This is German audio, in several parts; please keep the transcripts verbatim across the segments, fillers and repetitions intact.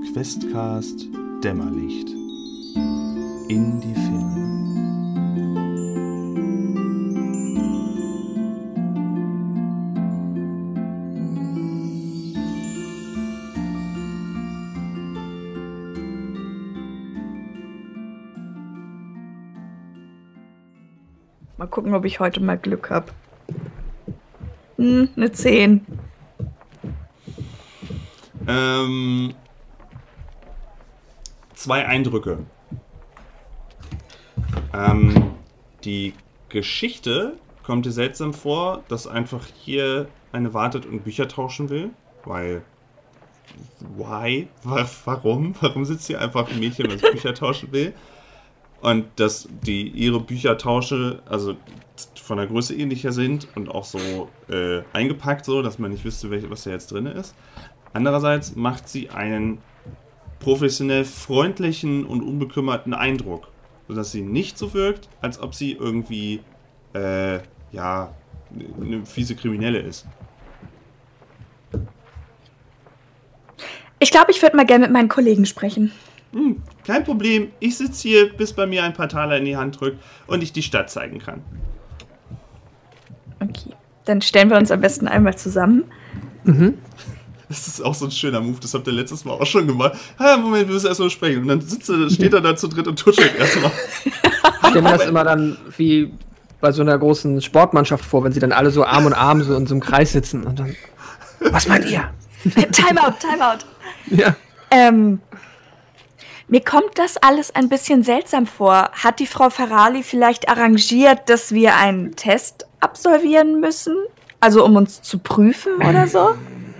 Questcast Dämmerlicht in die Ferne. Mal gucken, ob ich heute mal Glück habe. Hm, eine zehn. Ähm, zwei Eindrücke. Ähm, die Geschichte kommt dir seltsam vor, dass einfach hier eine wartet und Bücher tauschen will, weil why? Warum? Warum sitzt hier einfach ein Mädchen, das Bücher tauschen will? Und dass die ihre Büchertausche, also von der Größe ähnlicher sind und auch so äh, eingepackt, so, dass man nicht wüsste, welche, was da jetzt drin ist. Andererseits macht sie einen professionell freundlichen und unbekümmerten Eindruck, sodass sie nicht so wirkt, als ob sie irgendwie äh, ja, eine fiese Kriminelle ist. Ich glaube, ich würde mal gerne mit meinen Kollegen sprechen. Hm, kein Problem. Ich sitze hier, bis bei mir ein paar Taler in die Hand drückt und ich die Stadt zeigen kann. Okay, dann stellen wir uns am besten einmal zusammen. Mhm. Das ist auch so ein schöner Move, das habt ihr letztes Mal auch schon gemacht. Ha, Moment, wir müssen erstmal sprechen. Und dann sitzt er, steht er da zu dritt und tuschelt erstmal. Ich stelle mir das immer dann wie bei so einer großen Sportmannschaft vor, wenn sie dann alle so Arm in Arm so in so einem Kreis sitzen und dann. Was meint ihr? Timeout, Timeout. Ja. Ähm, mir kommt das alles ein bisschen seltsam vor. Hat die Frau Ferrari vielleicht arrangiert, dass wir einen Test absolvieren müssen? Also um uns zu prüfen oder so?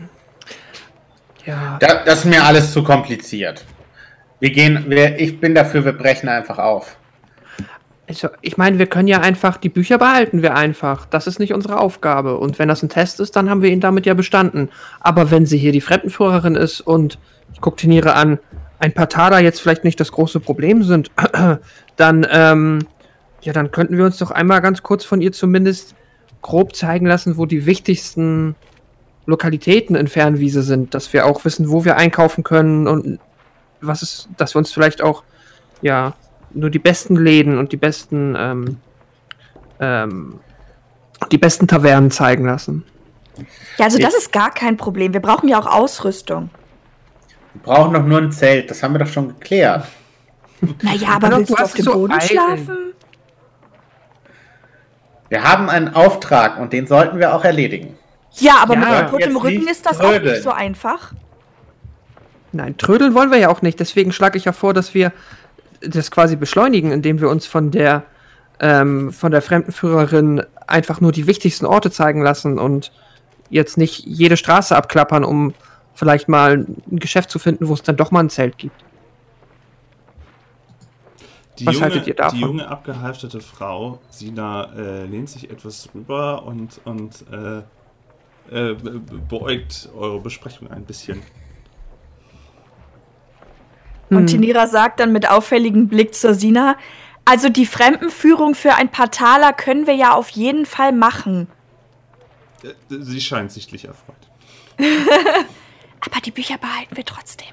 Ja. Da, das ist mir alles zu kompliziert. Wir gehen, wir, ich bin dafür, wir brechen einfach auf. Also, ich meine, wir können ja einfach, die Bücher behalten wir einfach. Das ist nicht unsere Aufgabe. Und wenn das ein Test ist, dann haben wir ihn damit ja bestanden. Aber wenn sie hier die Fremdenführerin ist und, ich gucke Tenire an, ein paar Taler jetzt vielleicht nicht das große Problem sind, dann, ähm, ja, dann könnten wir uns doch einmal ganz kurz von ihr zumindest grob zeigen lassen, wo die wichtigsten Lokalitäten in Fernwiese sind, dass wir auch wissen, wo wir einkaufen können und was ist, dass wir uns vielleicht auch, ja, nur die besten Läden und die besten, ähm, ähm, die besten Tavernen zeigen lassen. Ja, also das ist gar kein Problem. Wir brauchen ja auch Ausrüstung. Wir brauchen doch nur ein Zelt, das haben wir doch schon geklärt. Naja, aber willst du auf dem Boden schlafen? Wir haben einen Auftrag und den sollten wir auch erledigen. Ja, aber Ja, mit kaputem jetzt Rücken nicht ist das trödeln. auch nicht so einfach. Nein, trödeln wollen wir ja auch nicht. Deswegen schlage ich ja vor, dass wir das quasi beschleunigen, indem wir uns von der ähm, von der Fremdenführerin einfach nur die wichtigsten Orte zeigen lassen und jetzt nicht jede Straße abklappern, um vielleicht mal ein Geschäft zu finden, wo es dann doch mal ein Zelt gibt. Die Was junge, haltet ihr davon? Die junge, abgehalfterte Frau, Sina, äh, lehnt sich etwas rüber und, und äh, äh, be- beäugt eure Besprechung ein bisschen. Und Tenira sagt dann mit auffälligem Blick zur Sina, also die Fremdenführung für ein paar Taler können wir ja auf jeden Fall machen. Äh, Sie scheint sichtlich erfreut. Aber die Bücher behalten wir trotzdem.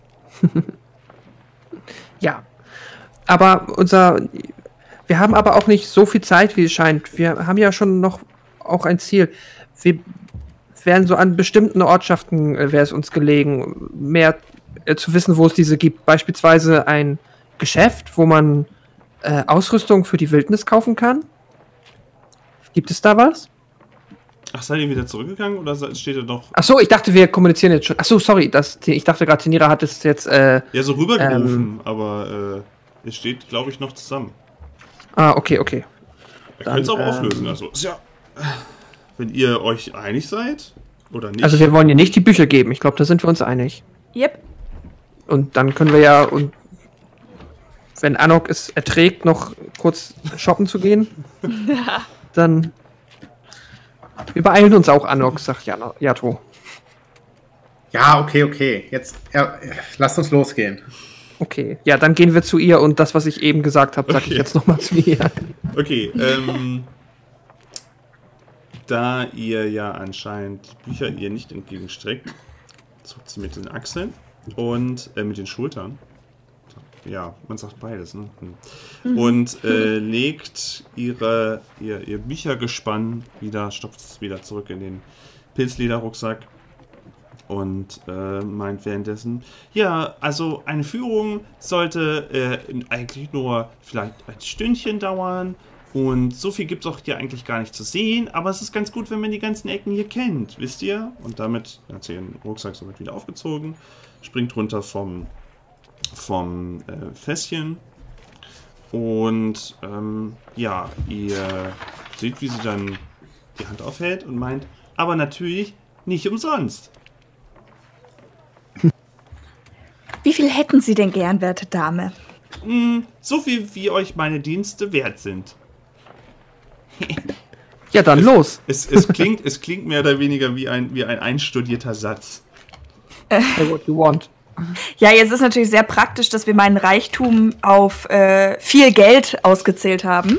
Ja. Aber unser. Wir haben aber auch nicht so viel Zeit, wie es scheint. Wir haben ja schon noch auch ein Ziel. Wir werden so an bestimmten Ortschaften, äh, wäre es uns gelegen, mehr äh, zu wissen, wo es diese gibt. Beispielsweise ein Geschäft, wo man äh, Ausrüstung für die Wildnis kaufen kann. Gibt es da was? Ach, seid ihr wieder zurückgegangen oder se- steht ihr noch? Ach so, ich dachte, wir kommunizieren jetzt schon. Ach so, sorry, das, ich dachte gerade, Tenira hat es jetzt. Äh, Ja, so rübergerufen, Ähm. aber äh, ihr steht, glaube ich, noch zusammen. ah, okay, okay. Ihr könnt es auch ähm, auflösen, also. Ist ja, wenn ihr euch einig seid oder nicht. Also wir wollen ihr nicht die Bücher geben. Ich glaube, da sind wir uns einig. Yep. Und dann können wir ja, und wenn Anok es erträgt, noch kurz shoppen zu gehen, dann wir beeilen uns auch, Anok, sagt Jana, Yato. Ja, okay, okay. Jetzt ja, lasst uns losgehen. Okay, ja, dann gehen wir zu ihr und das, was ich eben gesagt habe, sage Okay. ich jetzt nochmal zu ihr. Okay, ähm. Da ihr ja anscheinend die Bücher ihr nicht entgegenstreckt, zuckt sie mit den Achseln und äh, mit den Schultern. Ja, man sagt beides, ne? Mhm. Und äh, legt ihre, ihr, ihr Büchergespann wieder, stopft es wieder zurück in den Pilzlederrucksack und äh, meint währenddessen, ja, also eine Führung sollte äh, eigentlich nur vielleicht ein Stündchen dauern und so viel gibt es auch hier eigentlich gar nicht zu sehen, aber es ist ganz gut, wenn man die ganzen Ecken hier kennt, wisst ihr? Und damit hat sie ihren Rucksack somit wieder aufgezogen, springt runter vom vom äh, Fässchen und ähm, ja, ihr seht, wie sie dann die Hand aufhält und meint, aber natürlich nicht umsonst. Wie viel hätten Sie denn gern, werte Dame? Mm, so viel, wie euch meine Dienste wert sind. Ja, dann es, los. Es, es, klingt, es klingt mehr oder weniger wie ein, wie ein einstudierter Satz. Say what you want. Ja, jetzt ist natürlich sehr praktisch, dass wir meinen Reichtum auf äh, viel Geld ausgezählt haben.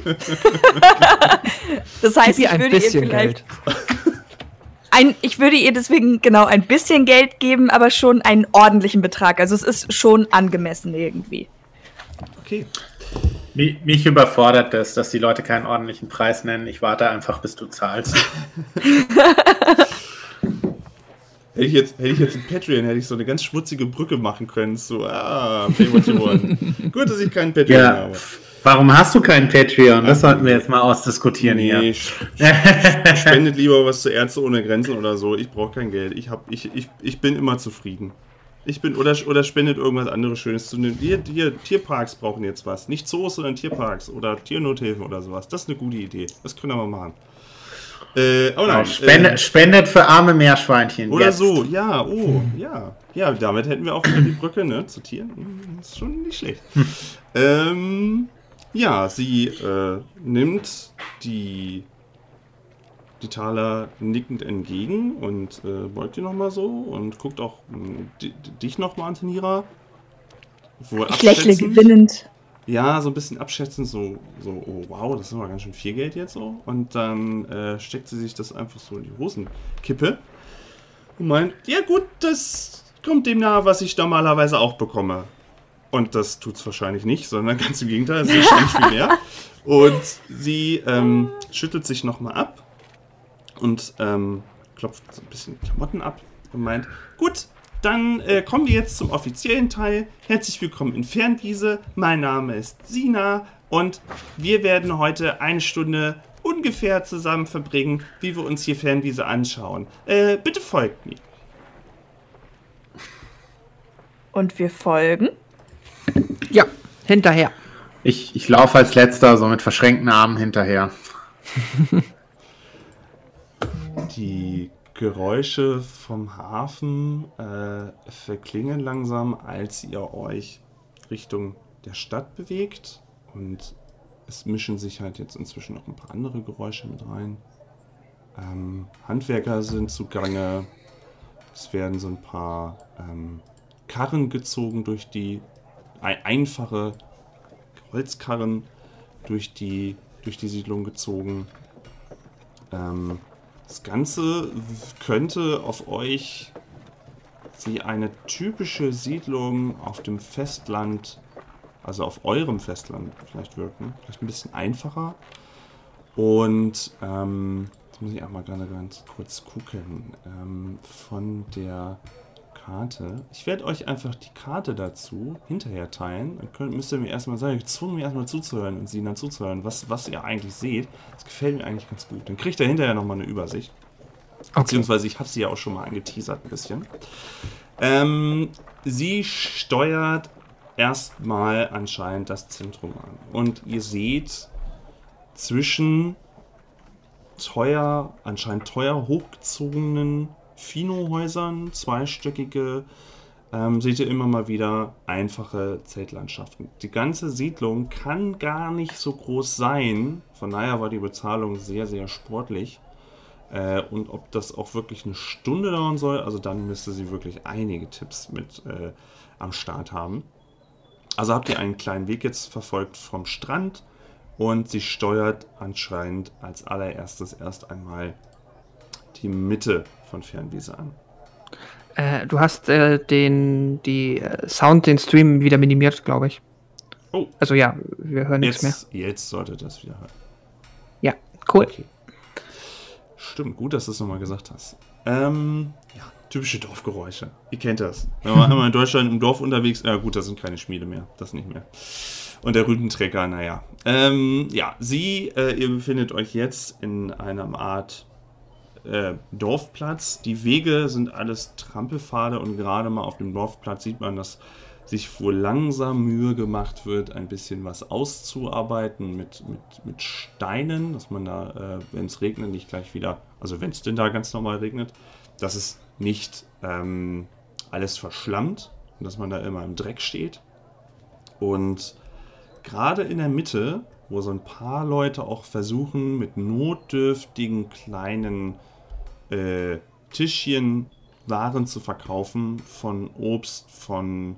Das heißt, ich ein würde ihr bisschen vielleicht Geld. Ein, ich würde ihr deswegen genau ein bisschen Geld geben, aber schon einen ordentlichen Betrag. Also es ist schon angemessen irgendwie. Okay. Mich, mich überfordert das, dass die Leute keinen ordentlichen Preis nennen. Ich warte einfach, bis du zahlst. Hätte ich, jetzt, hätte ich jetzt ein Patreon, hätte ich so eine ganz schmutzige Brücke machen können. So, ah, pay what you want. Gut, dass ich keinen Patreon Ja, habe. warum hast du keinen Patreon? Das sollten wir jetzt mal ausdiskutieren Nee, hier. Spendet lieber was zu Ärzte ohne Grenzen oder so. Ich brauche kein Geld. Ich, hab, ich, ich, ich bin immer zufrieden. Ich bin, oder, oder spendet irgendwas anderes Schönes zu den. Hier, hier, Tierparks brauchen jetzt was. Nicht Zoos, sondern Tierparks oder Tiernothilfen oder sowas. Das ist eine gute Idee. Das können wir mal machen. Äh, oh nein, Spende, äh, spendet für arme Meerschweinchen. Oder jetzt. so, ja, oh, ja. Ja, damit hätten wir auch wieder die Brücke, ne, zu Tieren. Das ist schon nicht schlecht. Hm. Ähm, ja, sie äh, nimmt die, die Taler nickend entgegen und äh, beugt die nochmal so und guckt auch äh, dich nochmal an, Tenira. Ich lächle gewinnend. Ja, so ein bisschen abschätzend, so, so, oh wow, das ist aber ganz schön viel Geld jetzt so. Und dann äh, steckt sie sich das einfach so in die Hosenkippe und meint, ja gut, das kommt dem nahe, was ich normalerweise auch bekomme. Und das tut's wahrscheinlich nicht, sondern ganz im Gegenteil, es ist wahrscheinlich viel mehr. Und sie ähm, schüttelt sich nochmal ab und ähm, klopft so ein bisschen Klamotten ab und meint, gut, dann äh, kommen wir jetzt zum offiziellen Teil. Herzlich willkommen in Fernwiese. Mein Name ist Sina und wir werden heute eine Stunde ungefähr zusammen verbringen, wie wir uns hier Fernwiese anschauen. Äh, bitte folgt mir. Und wir folgen? Ja, hinterher. Ich, ich laufe als letzter, so mit verschränkten Armen hinterher. Die Geräusche vom Hafen äh, verklingen langsam, als ihr euch Richtung der Stadt bewegt. Und es mischen sich halt jetzt inzwischen noch ein paar andere Geräusche mit rein. Ähm, Handwerker sind zugange. Es werden so ein paar ähm, Karren gezogen durch die ein, einfache Holzkarren durch die, durch die Siedlung gezogen. Ähm, Das Ganze könnte auf euch wie eine typische Siedlung auf dem Festland, also auf eurem Festland vielleicht wirken. Vielleicht ein bisschen einfacher. Und ähm, jetzt muss ich auch mal gerade ganz kurz gucken. Ähm, von der Karte. Ich werde euch einfach die Karte dazu hinterher teilen. Dann könnt, müsst ihr mir erstmal sagen, gezwungen mir erstmal zuzuhören und sie dann zuzuhören, was, was ihr eigentlich seht. Das gefällt mir eigentlich ganz gut. Dann kriegt ihr hinterher nochmal eine Übersicht. Okay. Beziehungsweise ich habe sie ja auch schon mal angeteasert ein bisschen. Ähm, sie steuert erstmal anscheinend das Zentrum an. Und ihr seht zwischen teuer, anscheinend teuer hochgezogenen Fino-Häusern, zweistöckige, ähm, seht ihr immer mal wieder einfache Zeltlandschaften. Die ganze Siedlung kann gar nicht so groß sein, von daher war die Bezahlung sehr, sehr sportlich. Äh, und ob das auch wirklich eine Stunde dauern soll, also dann müsste sie wirklich einige Tipps mit äh, am Start haben. Also habt ihr einen kleinen Weg jetzt verfolgt vom Strand und sie steuert anscheinend als allererstes erst einmal die Mitte von Fernwiese an. Äh, du hast äh, den die äh, Sound, den Stream wieder minimiert, glaube ich. Oh. Also ja, wir hören nichts mehr. Jetzt, jetzt sollte das wieder hören. Ja, cool. Okay. Stimmt, gut, dass du es nochmal gesagt hast. Ähm, ja, typische Dorfgeräusche. Ihr kennt das. Wenn man einmal in Deutschland im Dorf unterwegs ist, ja gut, das sind keine Schmiede mehr. Das nicht mehr. Und der Rübentrecker, naja. Ähm, ja, sie, äh, ihr befindet euch jetzt in einer Art äh, Dorfplatz. Die Wege sind alles Trampelpfade und gerade mal auf dem Dorfplatz sieht man, dass sich wohl langsam Mühe gemacht wird, ein bisschen was auszuarbeiten mit, mit, mit Steinen, dass man da, äh, wenn es regnet, nicht gleich wieder, also wenn es denn da ganz normal regnet, dass es nicht ähm, alles verschlammt und dass man da immer im Dreck steht. Und gerade in der Mitte, wo so ein paar Leute auch versuchen, mit notdürftigen kleinen äh, Tischchen Waren zu verkaufen, von Obst, von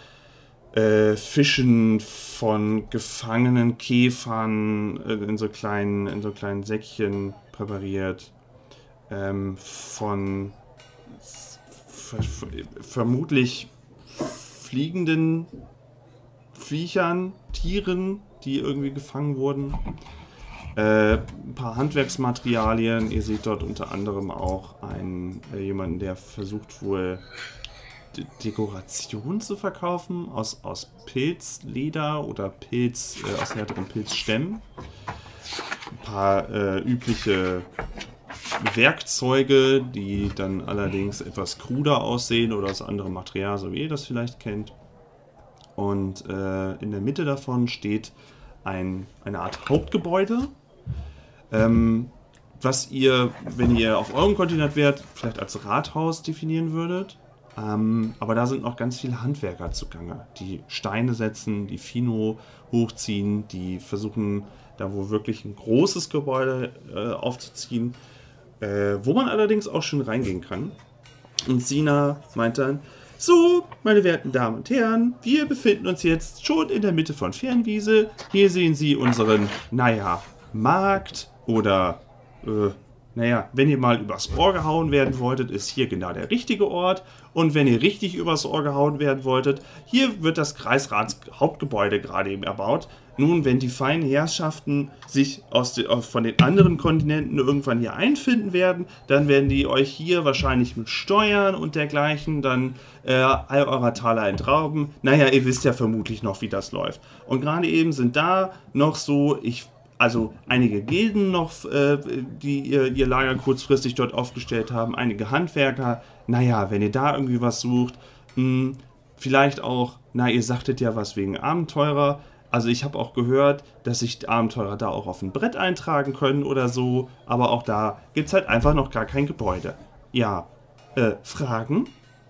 äh, Fischen, von gefangenen Käfern äh, in so kleinen, in so kleinen Säckchen präpariert, ähm, von ver ver vermutlich fliegenden Viechern, Tieren, die irgendwie gefangen wurden. Äh, ein paar Handwerksmaterialien. Ihr seht dort unter anderem auch einen, äh, jemanden, der versucht wohl De Dekoration zu verkaufen aus, aus Pilzleder oder Pilz, äh, aus härteren Pilzstämmen. Ein paar äh, übliche Werkzeuge, die dann allerdings etwas kruder aussehen oder aus anderem Material, so wie ihr das vielleicht kennt. Und äh, in der Mitte davon steht ein, eine Art Hauptgebäude, ähm, was ihr, wenn ihr auf eurem Kontinent wärt, vielleicht als Rathaus definieren würdet. Ähm, aber da sind noch ganz viele Handwerker zugange, die Steine setzen, die Fino hochziehen, die versuchen, da wo wirklich ein großes Gebäude äh, aufzuziehen, äh, wo man allerdings auch schon reingehen kann. Und Sina meint dann, so, meine werten Damen und Herren, wir befinden uns jetzt schon in der Mitte von Fernwiese. Hier sehen Sie unseren, naja, Markt oder, äh, naja, wenn ihr mal übers Ohr gehauen werden wolltet, ist hier genau der richtige Ort. Und wenn ihr richtig übers Ohr gehauen werden wolltet, hier wird das Kreisratshauptgebäude gerade eben erbaut. Nun, wenn die feinen Herrschaften sich aus de, von den anderen Kontinenten irgendwann hier einfinden werden, dann werden die euch hier wahrscheinlich mit Steuern und dergleichen dann äh, all eurer Taler entrauben. Naja, ihr wisst ja vermutlich noch, wie das läuft. Und gerade eben sind da noch so, ich also einige Gilden noch, äh, die ihr, ihr Lager kurzfristig dort aufgestellt haben, einige Handwerker. Naja, wenn ihr da irgendwie was sucht, mh, vielleicht auch, na, ihr sagtet ja was wegen Abenteurer. Also ich habe auch gehört, dass sich die Abenteurer da auch auf ein Brett eintragen können oder so, aber auch da gibt es halt einfach noch gar kein Gebäude. Ja, äh, Fragen?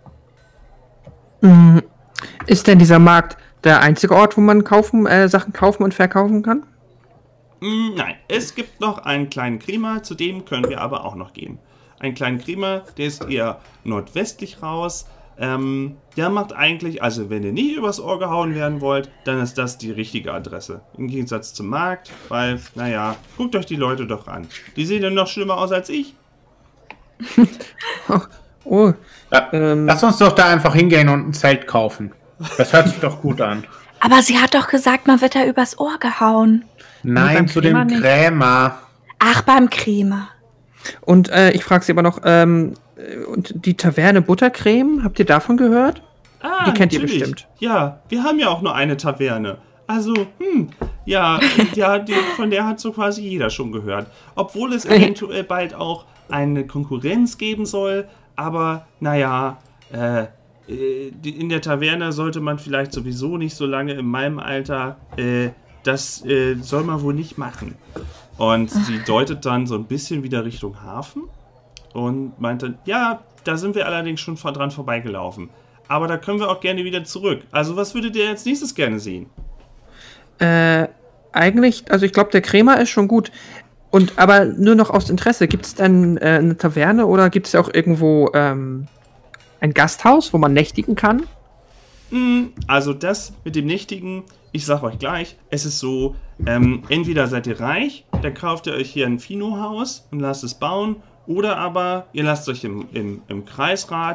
Ist denn dieser Markt der einzige Ort, wo man kaufen, äh, Sachen kaufen und verkaufen kann? Nein, es gibt noch einen kleinen Kremer, zu dem können wir aber auch noch gehen. Ein kleinen Kremer, der ist eher nordwestlich raus. Ähm, der macht eigentlich, also wenn ihr nicht übers Ohr gehauen werden wollt, dann ist das die richtige Adresse. Im Gegensatz zum Markt, weil, naja, guckt euch die Leute doch an. Die sehen ja noch schlimmer aus als ich. oh, oh. Ja, ähm, lass uns doch da einfach hingehen und ein Zelt kaufen. Das hört sich doch gut an. Aber sie hat doch gesagt, man wird da übers Ohr gehauen. Nein, zu dem Krämer. Ach, beim Krämer. Und äh, ich frage Sie aber noch, ähm, und die Taverne Buttercreme, habt ihr davon gehört? Ah, die kennt natürlich. Ihr bestimmt. Ja, wir haben ja auch nur eine Taverne. Also, hm, ja, ja die, von der hat so quasi jeder schon gehört. Obwohl es eventuell bald auch eine Konkurrenz geben soll, aber naja, äh, in der Taverne sollte man vielleicht sowieso nicht so lange in meinem Alter, äh, das äh, soll man wohl nicht machen. Und sie deutet dann so ein bisschen wieder Richtung Hafen und meint dann, ja, da sind wir allerdings schon dran vorbeigelaufen. Aber da können wir auch gerne wieder zurück. Also was würdet ihr als nächstes gerne sehen? Äh, eigentlich, also ich glaube, der Krämer ist schon gut. Und aber nur noch aus Interesse, gibt es denn äh, eine Taverne oder gibt es auch irgendwo ähm, ein Gasthaus, wo man nächtigen kann? Also das mit dem Nächtigen, ich sag euch gleich, es ist so, ähm, entweder seid ihr reich, dann kauft ihr euch hier ein Fino-Haus und lasst es bauen, oder aber ihr lasst euch im, im, im Kreisrat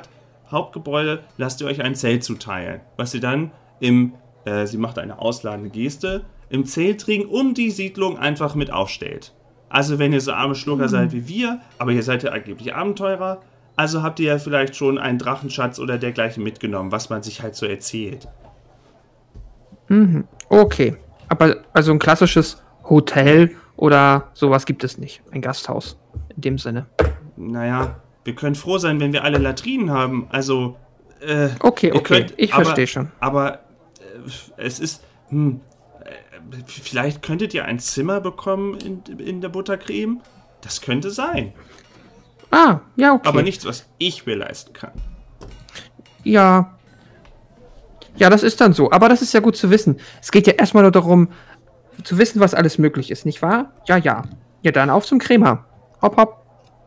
Hauptgebäude lasst ihr euch ein Zelt zuteilen, was ihr dann im, äh, sie macht eine ausladende Geste, im Zeltring um die Siedlung einfach mit aufstellt. Also wenn ihr so arme Schlucker mhm. seid wie wir, aber ihr seid ja angeblich Abenteurer, also habt ihr ja vielleicht schon einen Drachenschatz oder dergleichen mitgenommen, was man sich halt so erzählt. Mhm. Okay, aber also ein klassisches Hotel oder sowas gibt es nicht. Ein Gasthaus in dem Sinne. Naja, wir können froh sein, wenn wir alle Latrinen haben. Also, äh, okay, okay, könnt, ich aber, verstehe schon. Aber äh, es ist, hm, äh, vielleicht könntet ihr ein Zimmer bekommen in, in der Buttercreme. Das könnte sein. Ah, ja, okay. Aber nichts, was ich mir leisten kann. Ja. Ja, das ist dann so. Aber das ist ja gut zu wissen. Es geht ja erstmal nur darum, zu wissen, was alles möglich ist, nicht wahr? Ja, ja. Ja, dann auf zum Krämer. Hopp, hopp.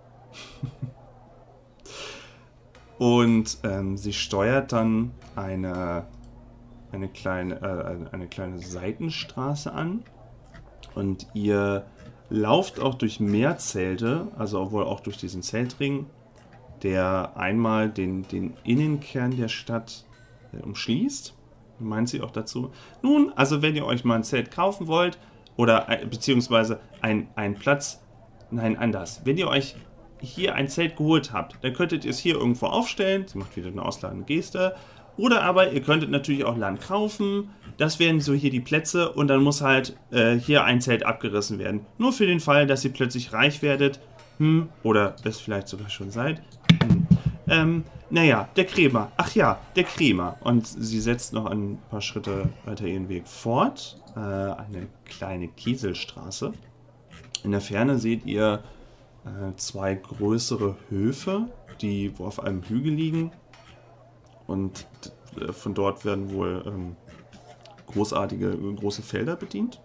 Und ähm, sie steuert dann eine, eine, kleine, äh, eine kleine Seitenstraße an. Und ihr lauft auch durch mehr Zelte, also wohl auch durch diesen Zeltring, der einmal den, den Innenkern der Stadt äh, umschließt. Meint sie auch dazu. Nun, also wenn ihr euch mal ein Zelt kaufen wollt, oder äh, beziehungsweise ein, ein Platz, nein, anders. Wenn ihr euch hier ein Zelt geholt habt, dann könntet ihr es hier irgendwo aufstellen. Sie macht wieder eine ausladende Geste. Oder aber ihr könntet natürlich auch Land kaufen. Das wären so hier die Plätze und dann muss halt äh, hier ein Zelt abgerissen werden. Nur für den Fall, dass ihr plötzlich reich werdet. Hm, oder es vielleicht sogar schon seid. Hm. Ähm, naja, der Krämer. Ach ja, der Krämer. Und sie setzt noch ein paar Schritte weiter ihren Weg fort. Äh, eine kleine Kieselstraße. In der Ferne seht ihr äh, zwei größere Höfe, die wo auf einem Hügel liegen. Und äh, von dort werden wohl ähm, großartige, große Felder bedient.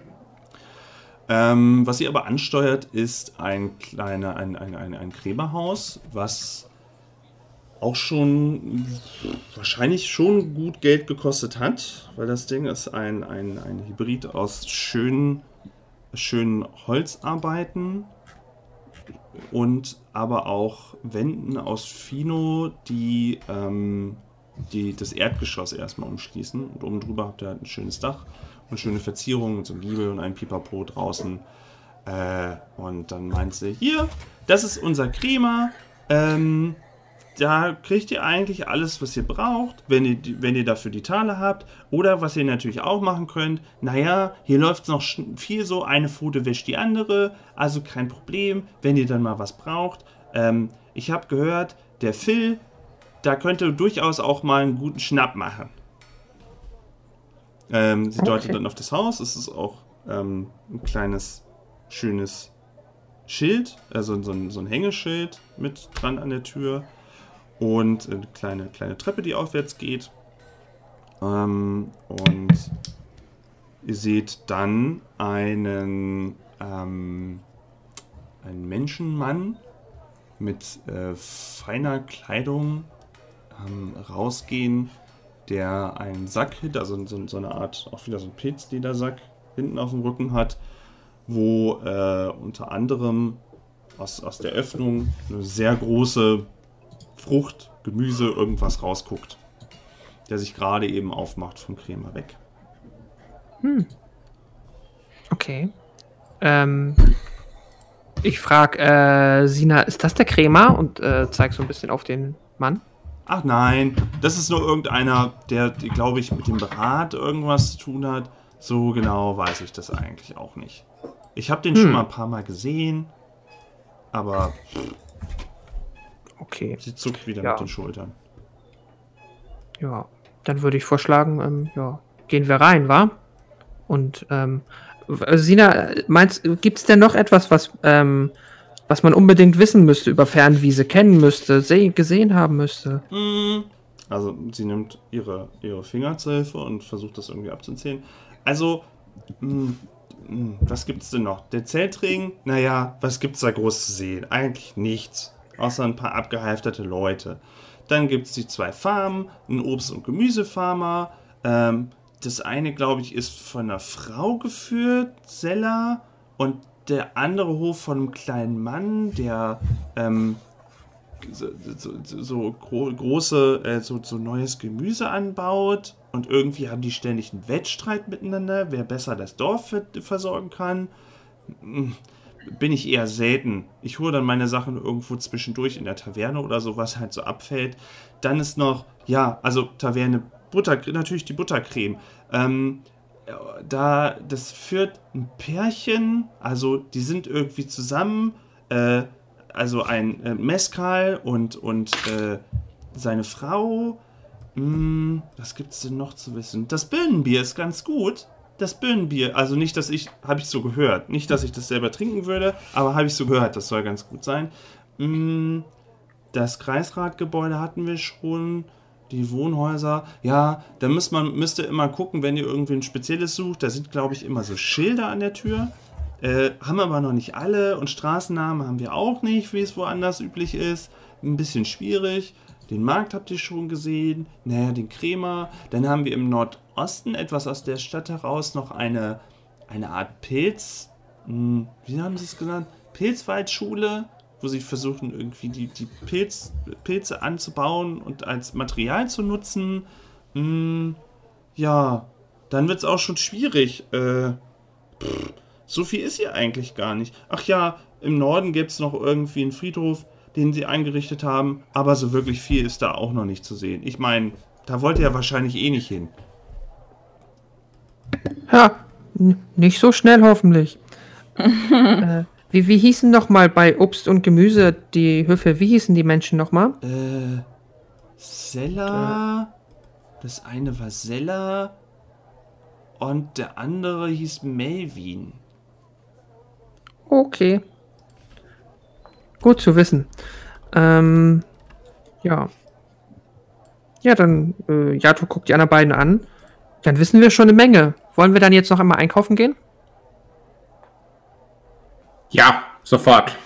Ähm, was sie aber ansteuert, ist ein kleiner, ein, ein, ein, ein Krämerhaus, was auch schon wahrscheinlich schon gut Geld gekostet hat, weil das Ding ist ein, ein, ein Hybrid aus schönen, schönen Holzarbeiten und aber auch Wänden aus Fino, die, ähm, die das Erdgeschoss erstmal umschließen. Und oben drüber habt ihr halt ein schönes Dach und schöne Verzierungen mit so einem Giebel und einem Pipapo draußen. Äh, und dann meint sie, hier, das ist unser Krämer. Ähm, da kriegt ihr eigentlich alles, was ihr braucht, wenn ihr, wenn ihr dafür die Taler habt. Oder was ihr natürlich auch machen könnt, naja, hier läuft es noch viel so, eine Pfote wäscht die andere, also kein Problem, wenn ihr dann mal was braucht. Ähm, ich habe gehört, der Phil, da könnte durchaus auch mal einen guten Schnapp machen. Ähm, sie deutet okay. dann auf das Haus, es ist auch ähm, ein kleines, schönes Schild, also so ein, so ein Hängeschild mit dran an der Tür. Und eine kleine, kleine Treppe, die aufwärts geht. Ähm, und ihr seht dann einen, ähm, einen Menschenmann mit äh, feiner Kleidung ähm, rausgehen, der einen Sack hinter, also so, so eine Art, auch wieder so ein Pilzledersack hinten auf dem Rücken hat, wo äh, unter anderem aus, aus der Öffnung eine sehr große Frucht, Gemüse, irgendwas rausguckt. Der sich gerade eben aufmacht vom Krämer weg. Hm. Okay. Ähm, ich frage, äh, Sina, ist das der Krämer? Und äh, zeig so ein bisschen auf den Mann. Ach nein, das ist nur irgendeiner, der, glaube ich, mit dem Brat irgendwas zu tun hat. So genau weiß ich das eigentlich auch nicht. Ich habe den hm. schon mal ein paar Mal gesehen, aber... Okay. Sie zuckt wieder ja. mit den Schultern. Ja, dann würde ich vorschlagen, ähm, ja, gehen wir rein, wa? Und, ähm, Sina, meinst, gibt es denn noch etwas, was, ähm, was man unbedingt wissen müsste, über Fernwiese kennen müsste, se- gesehen haben müsste? Also, sie nimmt ihre, ihre Finger zur Hilfe und versucht das irgendwie abzuzählen. Also, mh, mh, was gibt's denn noch? Der Zeltring, naja, was gibt's da groß zu sehen? Eigentlich nichts. Außer ein paar abgehalfterte Leute. Dann gibt es die zwei Farmen, einen Obst- und Gemüsefarmer. Ähm, das eine, glaube ich, ist von einer Frau geführt, Sella. Und der andere Hof von einem kleinen Mann, der, ähm, so, so, so gro große, äh, so, so neues Gemüse anbaut und irgendwie haben die ständig einen Wettstreit miteinander, wer besser das Dorf ver versorgen kann. Bin ich eher selten. Ich hole dann meine Sachen irgendwo zwischendurch in der Taverne oder so, was halt so abfällt. Dann ist noch, ja, also Taverne, Butter, natürlich die Buttercreme. Ähm, da, das führt ein Pärchen, also die sind irgendwie zusammen, äh, also ein äh, Mescal und, und äh, seine Frau. Hm, was gibt's denn noch zu wissen? Das Birnenbier ist ganz gut. Das Birnenbier, also nicht, dass ich, habe ich so gehört, nicht, dass ich das selber trinken würde, aber habe ich so gehört, das soll ganz gut sein. Das Kreisratgebäude hatten wir schon, die Wohnhäuser, ja, da müsst man, müsst ihr immer gucken, wenn ihr irgendwie ein spezielles sucht, da sind, glaube ich, immer so Schilder an der Tür, äh, haben aber noch nicht alle und Straßennamen haben wir auch nicht, wie es woanders üblich ist, ein bisschen schwierig. Den Markt habt ihr schon gesehen, naja, den Krämer. Dann haben wir im Nordosten, etwas aus der Stadt heraus, noch eine, eine Art Pilz, hm, wie haben sie es genannt? Pilzwaldschule, wo sie versuchen, irgendwie die, die Pilz, Pilze anzubauen und als Material zu nutzen. Hm, ja, dann wird es auch schon schwierig. Äh, pff, so viel ist hier eigentlich gar nicht. Ach ja, im Norden gibt es noch irgendwie einen Friedhof, den sie eingerichtet haben, aber so wirklich viel ist da auch noch nicht zu sehen. Ich meine, da wollt ihr ja wahrscheinlich eh nicht hin. Ja, nicht so schnell hoffentlich. äh, wie, wie hießen nochmal bei Obst und Gemüse die Höfe, wie hießen die Menschen nochmal? Äh, Sella, äh. das eine war Sella und der andere hieß Melvin. Okay. Gut zu wissen. Ähm, ja. Ja, dann, äh, Yato guckt die anderen beiden an. Dann wissen wir schon eine Menge. Wollen wir dann jetzt noch einmal einkaufen gehen? Ja, sofort.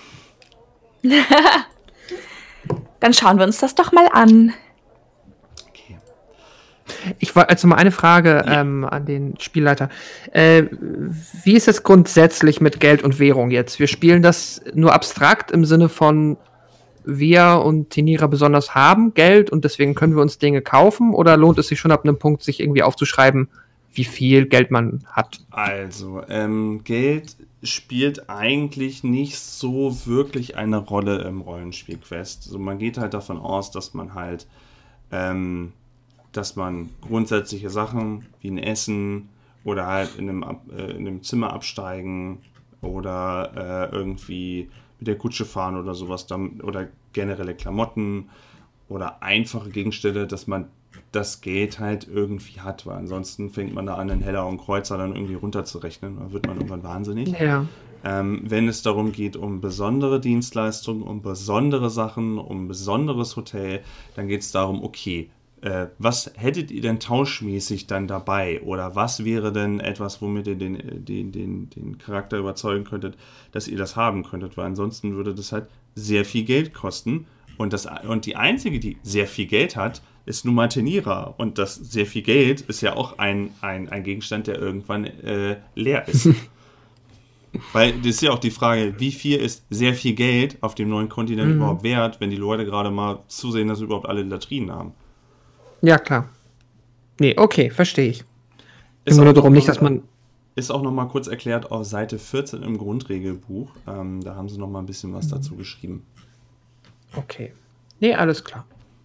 Dann schauen wir uns das doch mal an. Okay. Ich wollte also mal eine Frage Ja. ähm, an den Spielleiter. Äh, wie ist es grundsätzlich mit Geld und Währung jetzt? Wir spielen das nur abstrakt im Sinne von wir und Tenira besonders haben Geld und deswegen können wir uns Dinge kaufen, oder lohnt es sich schon ab einem Punkt, sich irgendwie aufzuschreiben, wie viel Geld man hat? Also, ähm, Geld spielt eigentlich nicht so wirklich eine Rolle im Rollenspiel-Quest. Also man geht halt davon aus, dass man halt, ähm, dass man grundsätzliche Sachen wie ein Essen oder halt in einem, Ab- äh, in einem Zimmer absteigen oder äh, irgendwie mit der Kutsche fahren oder sowas, dann, oder generelle Klamotten oder einfache Gegenstände, dass man das Geld halt irgendwie hat, weil ansonsten fängt man da an, den Heller und Kreuzer dann irgendwie runterzurechnen, dann wird man irgendwann wahnsinnig. Ja. Ähm, wenn es darum geht, um besondere Dienstleistungen, um besondere Sachen, um besonderes Hotel, dann geht es darum, okay, äh, was hättet ihr denn tauschmäßig dann dabei? Oder was wäre denn etwas, womit ihr den, den, den, den Charakter überzeugen könntet, dass ihr das haben könntet? Weil ansonsten würde das halt sehr viel Geld kosten. Und, das, und die einzige, die sehr viel Geld hat, ist nun mal Tenira. Und das sehr viel Geld ist ja auch ein, ein, ein Gegenstand, der irgendwann äh, leer ist. Weil das ist ja auch die Frage, wie viel ist sehr viel Geld auf dem neuen Kontinent Mhm. überhaupt wert, wenn die Leute gerade mal zusehen, dass sie überhaupt alle Latrinen haben. Ja, klar. Nee, okay, verstehe ich. Ist Immer auch nur darum, noch- nicht, dass man... Ist auch noch mal kurz erklärt auf Seite vierzehn im Grundregelbuch. Ähm, da haben sie noch mal ein bisschen was dazu geschrieben. Okay. Nee, alles klar.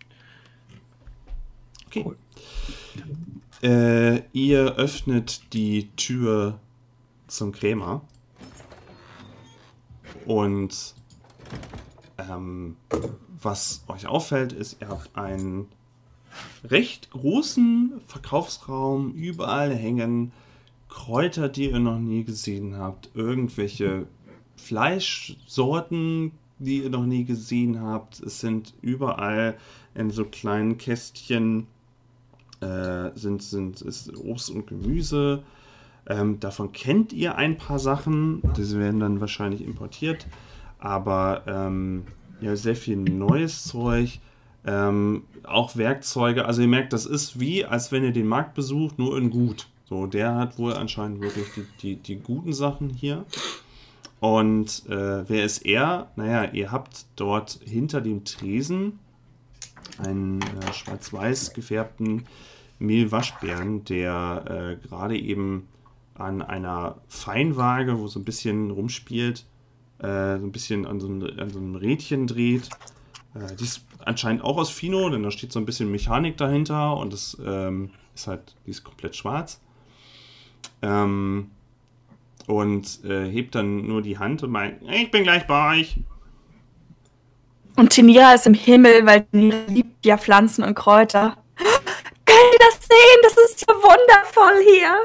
Okay. Cool. Äh, ihr öffnet die Tür zum Krämer. Und ähm, was euch auffällt, ist, ihr habt einen recht großen Verkaufsraum. Überall hängen Kräuter, die ihr noch nie gesehen habt. Irgendwelche Fleischsorten, die ihr noch nie gesehen habt. Es sind überall in so kleinen Kästchen äh, sind, sind ist Obst und Gemüse. Ähm, davon kennt ihr ein paar Sachen. Diese werden dann wahrscheinlich importiert. Aber ähm, ja, sehr viel neues Zeug. Ähm, auch Werkzeuge. Also ihr merkt, das ist wie, als wenn ihr den Markt besucht, nur in gut. So, der hat wohl anscheinend wirklich die, die, die guten Sachen hier. Und äh, wer ist er? Naja, ihr habt dort hinter dem Tresen einen äh, schwarz-weiß gefärbten Mehlwaschbären, der äh, gerade eben an einer Feinwaage, wo so ein bisschen rumspielt, äh, so ein bisschen an so, ein, an so einem Rädchen dreht. Äh, die ist anscheinend auch aus Fino, denn da steht so ein bisschen Mechanik dahinter und das ähm, ist halt, die ist komplett schwarz. Ähm, und äh, hebt dann nur die Hand und meint, ich bin gleich bei euch. Und Tenira ist im Himmel, weil Tenira liebt ja Pflanzen und Kräuter. Könnt ihr das sehen? Das ist ja wundervoll hier.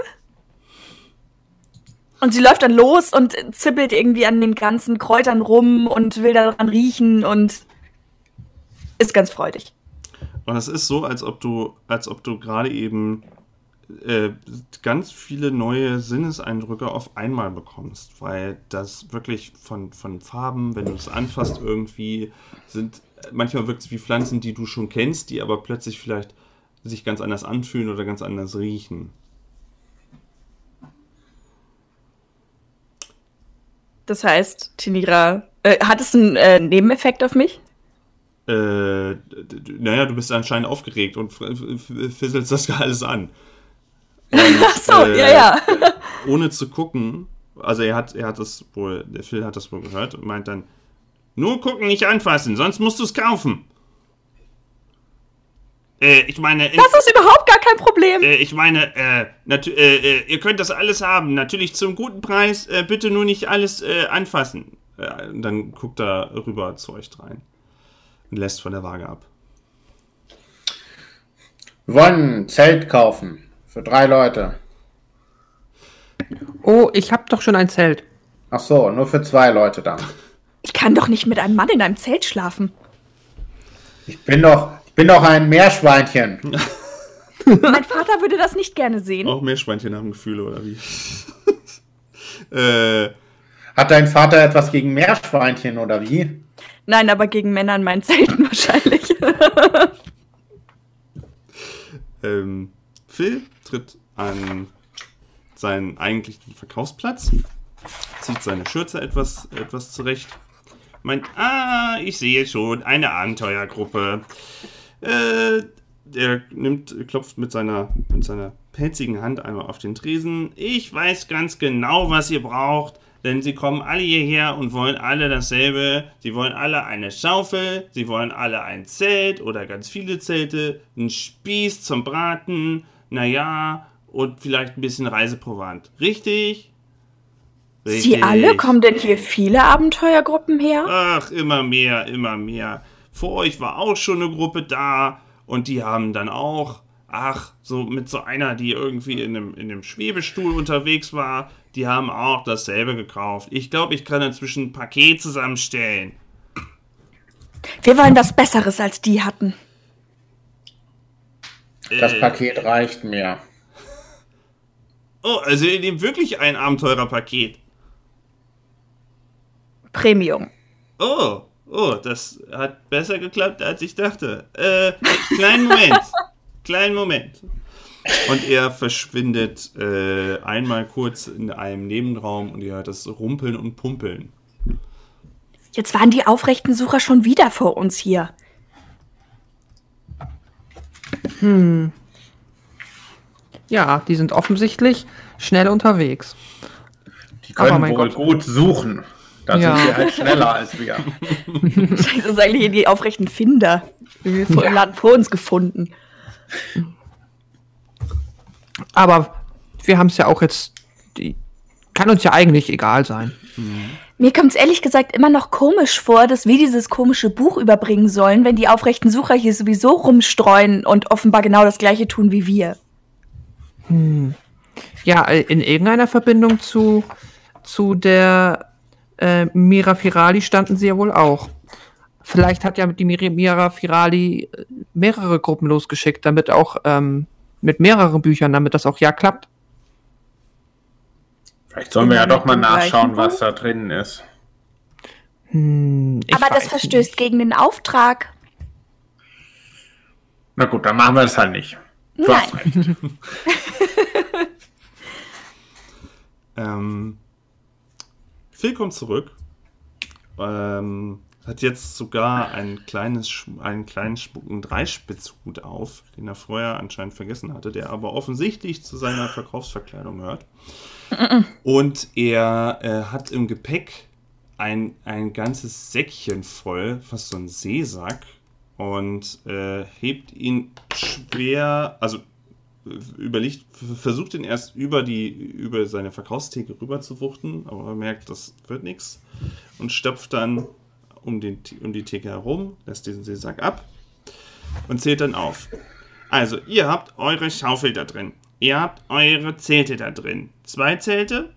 Und sie läuft dann los und zippelt irgendwie an den ganzen Kräutern rum und will daran riechen und ist ganz freudig. Und es ist so, als ob du, als ob du gerade eben äh, ganz viele neue Sinneseindrücke auf einmal bekommst, weil das wirklich von, von Farben, wenn du es anfasst irgendwie, sind, manchmal wirkt es wie Pflanzen, die du schon kennst, die aber plötzlich vielleicht sich ganz anders anfühlen oder ganz anders riechen. Das heißt, Tenira, äh, hat es einen äh, Nebeneffekt auf mich? Äh, d- d- naja, du bist anscheinend aufgeregt und f- f- fisselst das alles an. Und, Ach so, äh, ja, ja. Ohne zu gucken, also er hat, er hat das wohl, der Phil hat das wohl gehört und meint dann, nur gucken, nicht anfassen, sonst musst du es kaufen. Äh, ich meine... In, Das ist überhaupt gar kein Problem. äh, ich meine, äh, natu- äh, äh, ihr könnt das alles haben, natürlich zum guten Preis, äh, bitte nur nicht alles äh, anfassen. Äh, und dann guckt er rüber zu euch rein und lässt von der Waage ab. Wir wollen ein Zelt kaufen. Für drei Leute. Oh, ich hab doch schon ein Zelt. Ach so, nur für zwei Leute dann. Ich kann doch nicht mit einem Mann in einem Zelt schlafen. Ich bin doch, ich bin doch ein Meerschweinchen. Mein Vater würde das nicht gerne sehen. Auch Meerschweinchen haben Gefühle, oder wie? äh, Hat dein Vater etwas gegen Meerschweinchen oder wie? Nein, aber gegen Männer in meinen Zelten wahrscheinlich. ähm, Phil tritt an seinen eigentlichen Verkaufsplatz, zieht seine Schürze etwas, etwas zurecht, meint, ah, ich sehe schon, eine Abenteuergruppe. Äh, er nimmt, klopft mit seiner, mit seiner pelzigen Hand einmal auf den Tresen. Ich weiß ganz genau, was ihr braucht, denn sie kommen alle hierher und wollen alle dasselbe. Sie wollen alle eine Schaufel, sie wollen alle ein Zelt oder ganz viele Zelte, einen Spieß zum Braten, naja, und vielleicht ein bisschen Reiseproviant. Richtig? Richtig. Sie alle? Kommen denn hier viele Abenteuergruppen her? Ach, immer mehr, immer mehr. Vor euch war auch schon eine Gruppe da und die haben dann auch, ach, so mit so einer, die irgendwie in einem, in einem Schwebestuhl unterwegs war, die haben auch dasselbe gekauft. Ich glaube, ich kann inzwischen ein Paket zusammenstellen. Wir wollen was Besseres als die hatten. Das Äh, Paket reicht mir. Oh, also ihr nehmt wirklich ein Abenteurerpaket. Premium. Oh, oh, das hat besser geklappt, als ich dachte. Äh, kleinen Moment. Kleinen Moment. Und er verschwindet äh, einmal kurz in einem Nebenraum und ihr hört das Rumpeln und Pumpeln. Jetzt waren die aufrechten Sucher schon wieder vor uns hier. Hm. Ja, die sind offensichtlich schnell unterwegs. Die können Aber mein wohl Gott. gut suchen. Da Ja. sind sie halt schneller als wir. Das ist eigentlich die aufrechten Finder. Wir haben im Laden vor uns gefunden. Aber wir haben es ja auch jetzt. Die, kann uns ja eigentlich egal sein. Mir kommt es ehrlich gesagt immer noch komisch vor, dass wir dieses komische Buch überbringen sollen, wenn die aufrechten Sucher hier sowieso rumstreuen und offenbar genau das gleiche tun wie wir. Hm. Ja, in irgendeiner Verbindung zu, zu der äh, Mira Firali standen sie ja wohl auch. Vielleicht hat ja die Mir- Mira Firali äh, mehrere Gruppen losgeschickt, damit auch ähm, mit mehreren Büchern, damit das auch ja klappt. Vielleicht sollen wir ja Immer doch mal mit dem nachschauen, gleichen was da drin ist. Hm, ich Aber das weiß verstößt nicht. gegen den Auftrag. Na gut, dann machen wir das halt nicht. Du hast recht. Ähm, Phil kommt zurück. Ähm, hat jetzt sogar ein kleines, einen kleinen schmucken Dreispitzhut auf, den er vorher anscheinend vergessen hatte, der aber offensichtlich zu seiner Verkaufsverkleidung gehört. Und er äh, hat im Gepäck ein, ein ganzes Säckchen voll, fast so ein Seesack, und äh, hebt ihn schwer, also überlegt, versucht ihn erst über die über seine Verkaufstheke rüber zu wuchten, aber er merkt, das wird nichts, und stopft dann um, den, um die Theke herum, lässt diesen Seesack ab und zählt dann auf. Also, ihr habt eure Schaufel da drin. Ihr habt eure Zelte da drin. Zwei Zelte?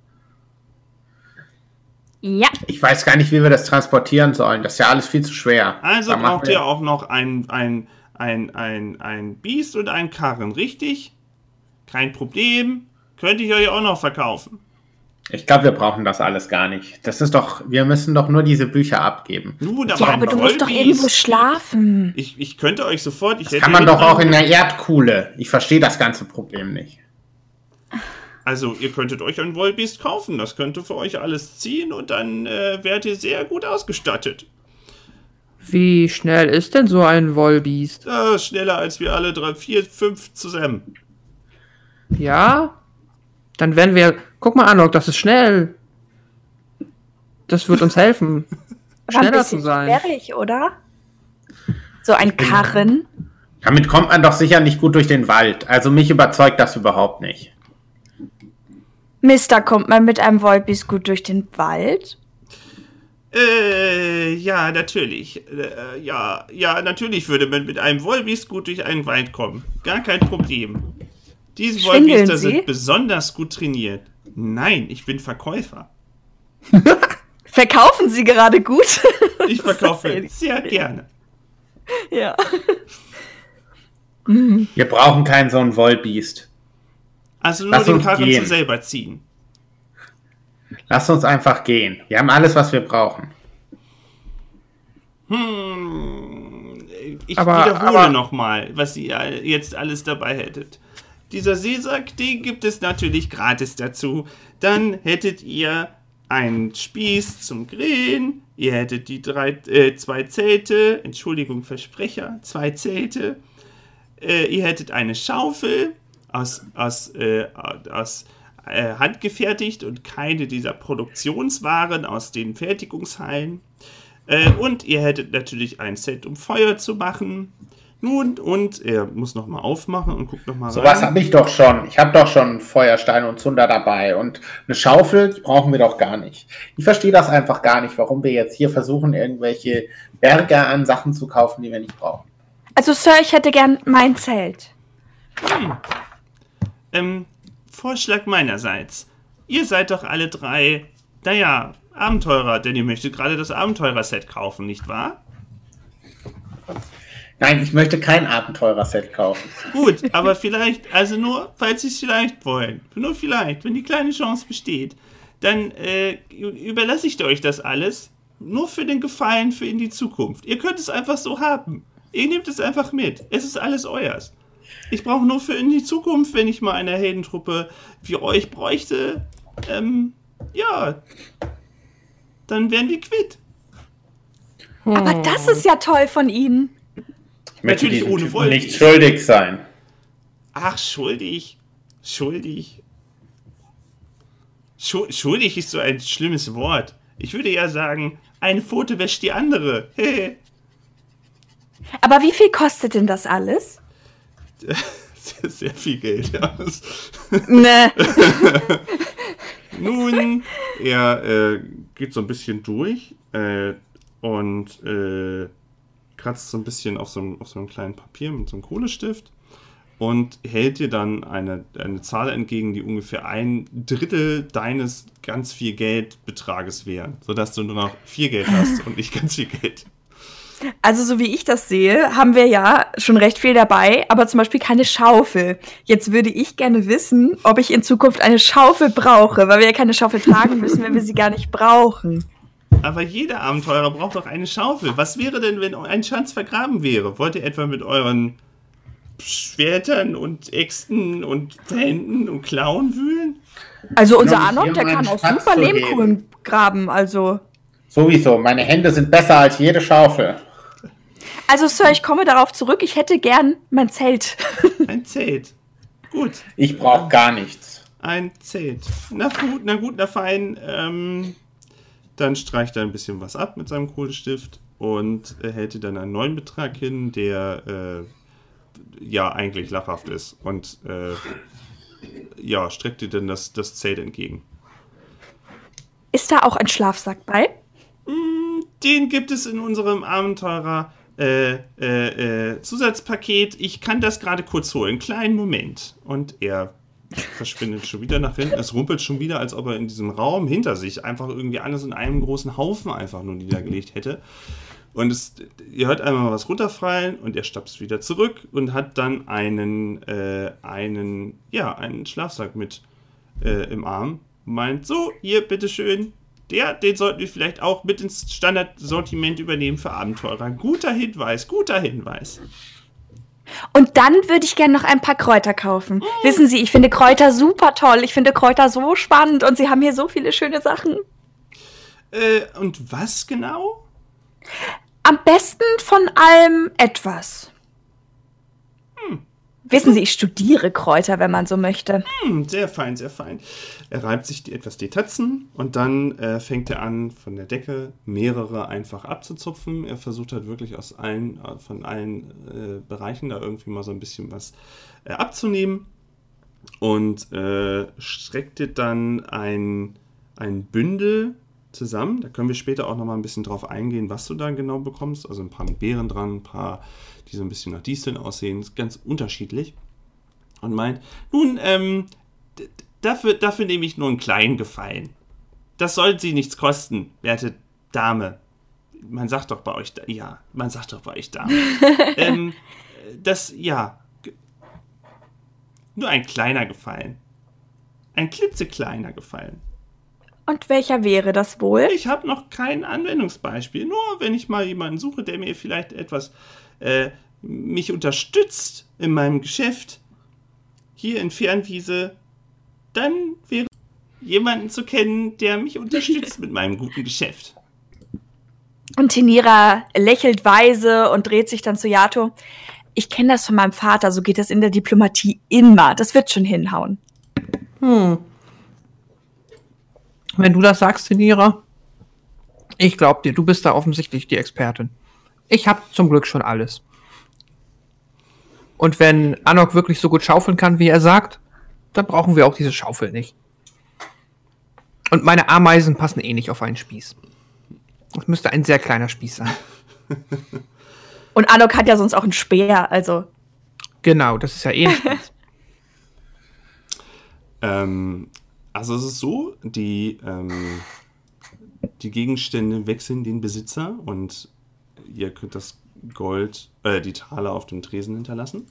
Ja. Ich weiß gar nicht, wie wir das transportieren sollen. Das ist ja alles viel zu schwer. Also Da machen braucht wir- ihr auch noch ein, ein, ein, ein, ein Biest und einen Karren, richtig? Kein Problem. Könnte ich euch auch noch verkaufen. Ich glaube, wir brauchen das alles gar nicht. Das ist doch, wir müssen doch nur diese Bücher abgeben. Nun, Ja, aber du musst doch irgendwo schlafen. Ich, ich könnte euch sofort... Ich Das hätte kann man doch hinten- auch in der Erdkuhle. Ich verstehe das ganze Problem nicht. Also, ihr könntet euch ein Wollbiest kaufen. Das könnte für euch alles ziehen und dann äh, wärt ihr sehr gut ausgestattet. Wie schnell ist denn so ein Wollbiest? Äh, schneller als wir alle drei, vier, fünf zusammen. Ja? Dann werden wir... Guck mal, Anok, das ist schnell. Das wird uns helfen, Aber ein schneller bisschen zu sein. sperrig, oder? So ein Karren. Damit kommt man doch sicher nicht gut durch den Wald. Also mich überzeugt das überhaupt nicht. Mister, kommt man mit einem Wollbiest gut durch den Wald? Äh, ja, natürlich. Äh, ja, ja, natürlich würde man mit einem Wollbiest gut durch einen Wald kommen. Gar kein Problem. Diese Schwindeln Wollbiester Sie? sind besonders gut trainiert. Nein, ich bin Verkäufer. Verkaufen Sie gerade gut? Ich verkaufe sehr gerne. Ja. Wir brauchen keinen so einen Wollbiest. Also nur Lass den uns Karren gehen. zu selber ziehen. Lass uns einfach gehen. Wir haben alles, was wir brauchen. Hm, ich Aber- wiederhole aber- nochmal, was ihr all- jetzt alles dabei hättet. Dieser Seesack, den gibt es natürlich gratis dazu. Dann hättet ihr einen Spieß zum Grillen. Ihr hättet die drei, äh, zwei Zelte. Entschuldigung, Versprecher. Zwei Zelte. Äh, ihr hättet eine Schaufel aus, aus, äh, aus äh, handgefertigt und keine dieser Produktionswaren aus den Fertigungshallen. Äh, und ihr hättet natürlich ein Set, um Feuer zu machen. Nun, und er muss nochmal aufmachen und guckt nochmal rein. Sowas habe ich doch schon. Ich habe doch schon Feuerstein und Zunder dabei. Und eine Schaufel die brauchen wir doch gar nicht. Ich verstehe das einfach gar nicht, warum wir jetzt hier versuchen, irgendwelche Berge an Sachen zu kaufen, die wir nicht brauchen. Also, Sir, ich hätte gern mein Zelt. Ähm, Vorschlag meinerseits. Ihr seid doch alle drei, naja, Abenteurer, denn ihr möchtet gerade das Abenteurer-Set kaufen, nicht wahr? Nein, ich möchte kein Abenteurer-Set kaufen. Gut, aber vielleicht, also nur, falls Sie es vielleicht wollen, nur vielleicht, wenn die kleine Chance besteht, dann äh, überlasse ich euch das alles, nur für den Gefallen für in die Zukunft. Ihr könnt es einfach so haben. Ihr nehmt es einfach mit. Es ist alles euers. Ich brauche nur für in die Zukunft, wenn ich mal eine Heldentruppe wie euch bräuchte, ähm, ja, dann wären wir quitt. Aber das ist ja toll von Ihnen. Ich möchte Natürlich diesem ohne Typen Wollbiest. nicht schuldig sein. Ach, schuldig. Schuldig. Schu schuldig ist so ein schlimmes Wort. Ich würde ja sagen, eine Pfote wäscht die andere. Aber wie viel kostet denn das alles? Sehr, sehr viel Geld, ja. Das- Ne. Nun, er äh, geht so ein bisschen durch äh, und äh, kratzt so ein bisschen auf so, einem, auf so einem kleinen Papier mit so einem Kohlestift und hält dir dann eine, eine Zahl entgegen, die ungefähr ein Drittel deines ganz viel Geldbetrages wäre, sodass du nur noch viel Geld hast und nicht ganz viel Geld. Also, so wie ich das sehe, haben wir ja schon recht viel dabei, aber zum Beispiel keine Schaufel. Jetzt würde ich gerne wissen, ob ich in Zukunft eine Schaufel brauche, weil wir ja keine Schaufel tragen müssen, wenn wir sie gar nicht brauchen. Aber jeder Abenteurer braucht doch eine Schaufel. Was wäre denn, wenn ein Schatz vergraben wäre? Wollt ihr etwa mit euren Schwertern und Äxten und Händen und Klauen wühlen? Also unser Noch nicht Arnold, der jemand kann auch Schatz super zu heben. Lehmkuhlen graben, also... Sowieso, meine Hände sind besser als jede Schaufel. Also Sir, ich komme darauf zurück, ich hätte gern mein Zelt. Ein Zelt. Gut. Ich brauche gar nichts. Ein Zelt. Na gut, na gut, na fein. Ähm, dann streicht er ein bisschen was ab mit seinem Kohlestift und äh, hält dir dann einen neuen Betrag hin, der äh, ja eigentlich lachhaft ist. Und äh, ja, streckt dir dann das, das Zelt entgegen. Ist da auch ein Schlafsack bei? Den gibt es in unserem Abenteurer äh, äh, äh, Zusatzpaket. Ich kann das gerade kurz holen. Kleinen Moment. Und er verschwindet schon wieder nach hinten. Es rumpelt schon wieder, als ob er in diesem Raum hinter sich einfach irgendwie alles in einem großen Haufen einfach nur niedergelegt hätte. Und es, ihr hört einmal was runterfallen und er stapft wieder zurück und hat dann einen, äh, einen, ja, einen Schlafsack mit äh, im Arm. Meint, so, hier, bitteschön. Der, den sollten wir vielleicht auch mit ins Standardsortiment übernehmen für Abenteurer. Guter Hinweis, guter Hinweis. Und dann würde ich gerne noch ein paar Kräuter kaufen. Mm. Wissen Sie, ich finde Kräuter super toll. Ich finde Kräuter so spannend und Sie haben hier so viele schöne Sachen. Äh, und was genau? Am besten von allem etwas. Hm. Wissen Sie, ich studiere Kräuter, wenn man so möchte. Hm, sehr fein, sehr fein. Er reibt sich die, etwas die Tatzen und dann äh, fängt er an, von der Decke mehrere einfach abzuzupfen. Er versucht halt wirklich aus allen, äh, von allen äh, Bereichen da irgendwie mal so ein bisschen was äh, abzunehmen und äh, streckt dir dann ein, ein Bündel zusammen. Da können wir später auch noch mal ein bisschen drauf eingehen, was du da genau bekommst. Also ein paar mit Beeren dran, ein paar, die so ein bisschen nach Disteln aussehen. Das ist ganz unterschiedlich. Und meint, nun, ähm, d- dafür, dafür nehme ich nur einen kleinen Gefallen. Das soll Sie nichts kosten, werte Dame. Man sagt doch bei euch, ja, man sagt doch bei euch Dame. ähm, das, ja, g- nur ein kleiner Gefallen. Ein klitzekleiner Gefallen. Und welcher wäre das wohl? Ich habe noch kein Anwendungsbeispiel. Nur wenn ich mal jemanden suche, der mir vielleicht etwas äh, mich unterstützt in meinem Geschäft hier in Fernwiese, dann wäre jemanden zu kennen, der mich unterstützt mit meinem guten Geschäft. Und Tenira lächelt weise und dreht sich dann zu Yato. Ich kenne das von meinem Vater, so geht das in der Diplomatie immer. Das wird schon hinhauen. Hm. Wenn du das sagst, Tenira, ich glaub dir, du bist da offensichtlich die Expertin. Ich hab zum Glück schon alles. Und wenn Anok wirklich so gut schaufeln kann, wie er sagt, dann brauchen wir auch diese Schaufel nicht. Und meine Ameisen passen eh nicht auf einen Spieß. Das müsste ein sehr kleiner Spieß sein. Und Anok hat ja sonst auch einen Speer, also. Genau, das ist ja eh ein Spieß. ähm, also es ist so, die, ähm, die Gegenstände wechseln den Besitzer und ihr könnt das Gold, äh, die Taler auf dem Tresen hinterlassen.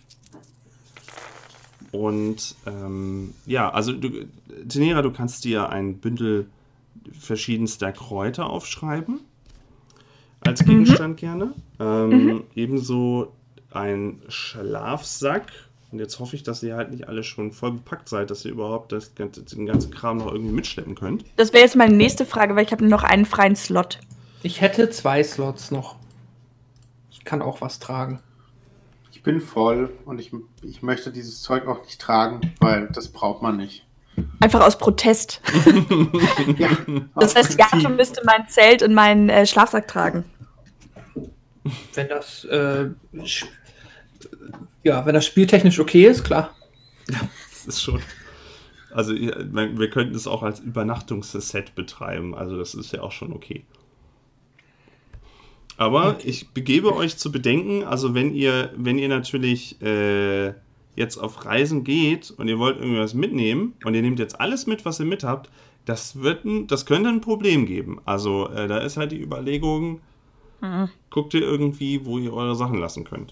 Und ähm, ja, also du, Tenira, du kannst dir ein Bündel verschiedenster Kräuter aufschreiben. Als Gegenstand mhm. gerne. Ähm, mhm. Ebenso ein Schlafsack. Und jetzt hoffe ich, dass ihr halt nicht alle schon voll bepackt seid, dass ihr überhaupt das, den ganzen Kram noch irgendwie mitschleppen könnt. Das wäre jetzt meine nächste Frage, weil ich habe noch einen freien Slot. Ich hätte zwei Slots noch. Ich kann auch was tragen. Ich bin voll und ich, ich möchte dieses Zeug auch nicht tragen, weil das braucht man nicht. Einfach aus Protest. Ja, das heißt, Yato müsste mein Zelt und meinen äh, Schlafsack tragen. Wenn das, äh, ja, wenn das spieltechnisch okay ist, klar. Ja, das ist schon. Also, wir könnten es auch als Übernachtungsset betreiben. Also, das ist ja auch schon okay. Aber okay. Ich begebe euch zu bedenken, also wenn ihr, wenn ihr natürlich äh, jetzt auf Reisen geht und ihr wollt irgendwas mitnehmen und ihr nehmt jetzt alles mit, was ihr mit habt, das wird ein, das könnte ein Problem geben. Also äh, da ist halt die Überlegung, mhm. guckt ihr irgendwie, wo ihr eure Sachen lassen könnt.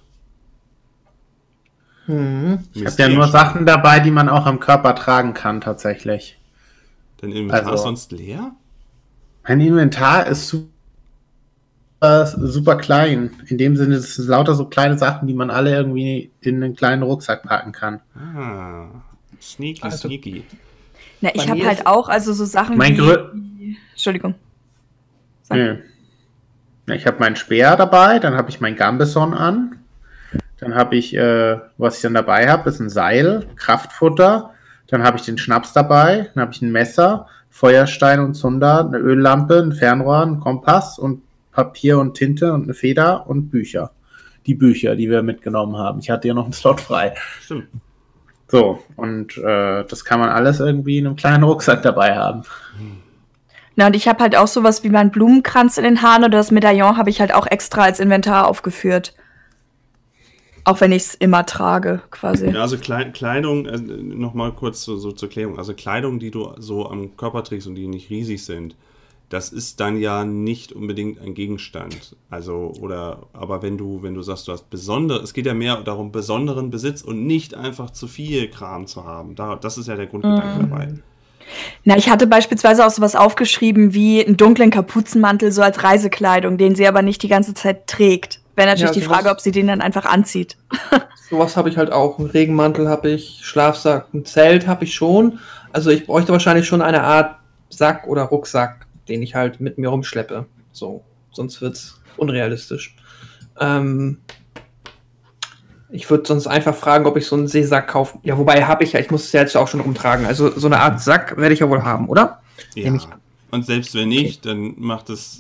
Mhm. Ich habe ja nur Sachen dabei, die man auch am Körper tragen kann, tatsächlich. Dein Inventar also, ist sonst leer? Mein Inventar ist super, super klein. In dem Sinne, es sind lauter so kleine Sachen, die man alle irgendwie in einen kleinen Rucksack packen kann. Ah, sneaky, also, sneaky. Na, ich Bei habe mir halt ist- auch, also so Sachen Mein wie... Grö- Entschuldigung. Sag. Hm. Ja, ich habe meinen Speer dabei, dann habe ich mein Gambeson an. Dann habe ich, äh, was ich dann dabei habe, ist ein Seil, Kraftfutter. Dann habe ich den Schnaps dabei. Dann habe ich ein Messer, Feuerstein und Zunder, eine Öllampe, ein Fernrohr, ein Kompass und Papier und Tinte und eine Feder und Bücher. Die Bücher, die wir mitgenommen haben. Ich hatte ja noch einen Slot frei. Stimmt. So, und äh, das kann man alles irgendwie in einem kleinen Rucksack dabei haben. Na, und ich habe halt auch sowas wie meinen Blumenkranz in den Haaren oder das Medaillon habe ich halt auch extra als Inventar aufgeführt. Auch wenn ich es immer trage, quasi. Ja, also Kleid Kleidung, äh, nochmal kurz so, so zur Klärung. Also Kleidung, die du so am Körper trägst und die nicht riesig sind, das ist dann ja nicht unbedingt ein Gegenstand. Also, oder, aber wenn du, wenn du sagst, du hast besondere, es geht ja mehr darum, besonderen Besitz und nicht einfach zu viel Kram zu haben. Da, das ist ja der Grundgedanke Mhm. dabei. Na, ich hatte beispielsweise auch sowas aufgeschrieben wie einen dunklen Kapuzenmantel so als Reisekleidung, den sie aber nicht die ganze Zeit trägt. Wäre natürlich Ja, die sowas- Frage, ob sie den dann einfach anzieht. Sowas habe ich halt auch. Einen Regenmantel habe ich, Schlafsack, ein Zelt habe ich schon. Also ich bräuchte wahrscheinlich schon eine Art Sack oder Rucksack, den ich halt mit mir rumschleppe. So, sonst wird's unrealistisch. Ähm, ich würde sonst einfach fragen, ob ich so einen Seesack kaufen. Ja, wobei habe ich ja, ich muss es ja jetzt auch schon rumtragen. Also so eine Art Sack werde ich ja wohl haben, oder? Ja. Nehme ich an. Und selbst wenn nicht, dann macht es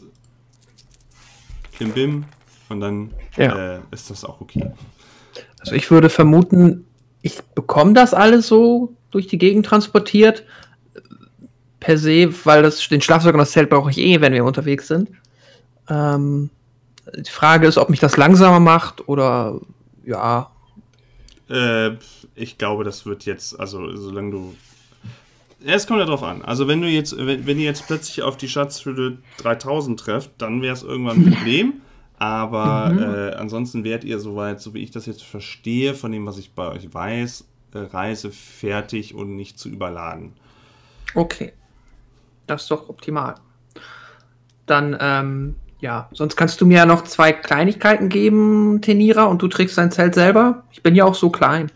Klimbim und dann Ja. äh, ist das auch okay. Also ich würde vermuten, ich bekomme das alles so durch die Gegend transportiert. Per se, weil das, den Schlafsack und das Zelt brauche ich eh, wenn wir unterwegs sind. Ähm, die Frage ist, ob mich das langsamer macht oder ja. Äh, ich glaube, das wird jetzt, also solange du. Ja, es kommt ja drauf an. Also wenn du jetzt, wenn, wenn ihr jetzt plötzlich auf die Schatzhülle dreitausend trefft, dann wäre es irgendwann ein Problem. Aber Mhm. äh, ansonsten wärt ihr soweit, so wie ich das jetzt verstehe, von dem, was ich bei euch weiß, äh, reisefertig und nicht zu überladen. Okay. Das ist doch optimal. Dann, ähm, ja, sonst kannst du mir ja noch zwei Kleinigkeiten geben, Tenira, und du trägst dein Zelt selber. Ich bin ja auch so klein.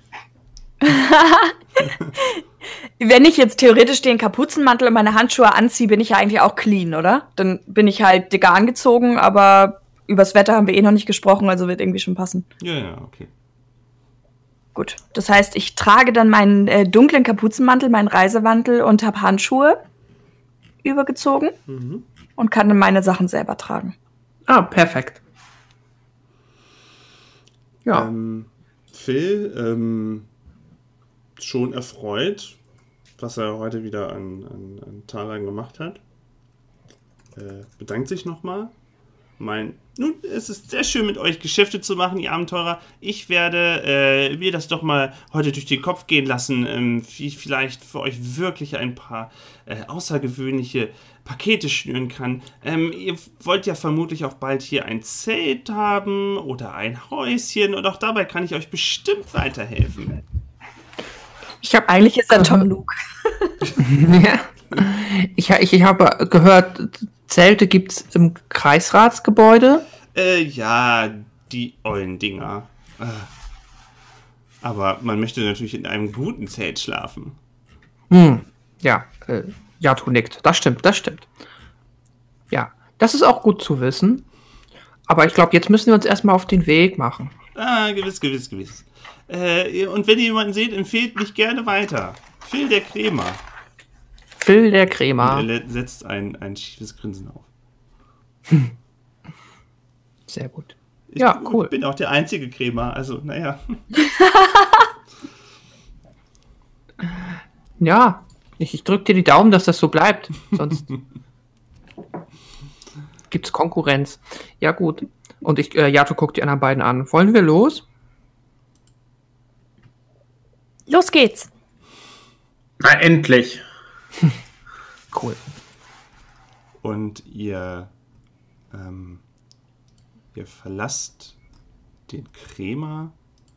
Wenn ich jetzt theoretisch den Kapuzenmantel und meine Handschuhe anziehe, bin ich ja eigentlich auch clean, oder? Dann bin ich halt dicker angezogen, aber übers Wetter haben wir eh noch nicht gesprochen, also wird irgendwie schon passen. Ja, ja, okay. Gut, das heißt, ich trage dann meinen äh, dunklen Kapuzenmantel, meinen Reisemantel und habe Handschuhe übergezogen Mhm. und kann dann meine Sachen selber tragen. Ah, perfekt. Ja. Ähm, Phil, ähm, schon erfreut, was er heute wieder an, an, an Talern gemacht hat. Äh, bedankt sich nochmal. Mein, nun, es ist sehr schön mit euch Geschäfte zu machen, ihr Abenteurer. Ich werde äh, mir das doch mal heute durch den Kopf gehen lassen, ähm, wie ich vielleicht für euch wirklich ein paar äh, außergewöhnliche Pakete schnüren kann. Ähm, ihr wollt ja vermutlich auch bald hier ein Zelt haben oder ein Häuschen und auch dabei kann ich euch bestimmt weiterhelfen. Ich habe eigentlich ist er Tom Nook. Ja. Ich, ich, ich habe gehört, Zelte gibt es im Kreisratsgebäude. Äh, ja, die ollen Dinger. Äh, Aber man möchte natürlich in einem guten Zelt schlafen. Hm. Ja, äh, Yato nickt. Das stimmt, das stimmt. Ja, das ist auch gut zu wissen. Aber ich glaube, jetzt müssen wir uns erstmal auf den Weg machen. Ah, gewiss, gewiss, gewiss. Äh, und wenn ihr jemanden seht, empfehlt mich gerne weiter. Phil der Krämer. Phil der Und Krämer. er le- setzt ein, ein schiefes Grinsen auf. Sehr gut. Ich, Ja, cool. Ich bin auch der einzige Krämer, also naja. Ja, ich, ich drücke dir die Daumen, dass das so bleibt. Sonst gibt's Konkurrenz. Ja, gut. Und ich, äh, Yato guckt die anderen beiden an. Wollen wir los? Los geht's. Na, endlich. Cool. Und ihr, ähm, ihr verlasst den Krämer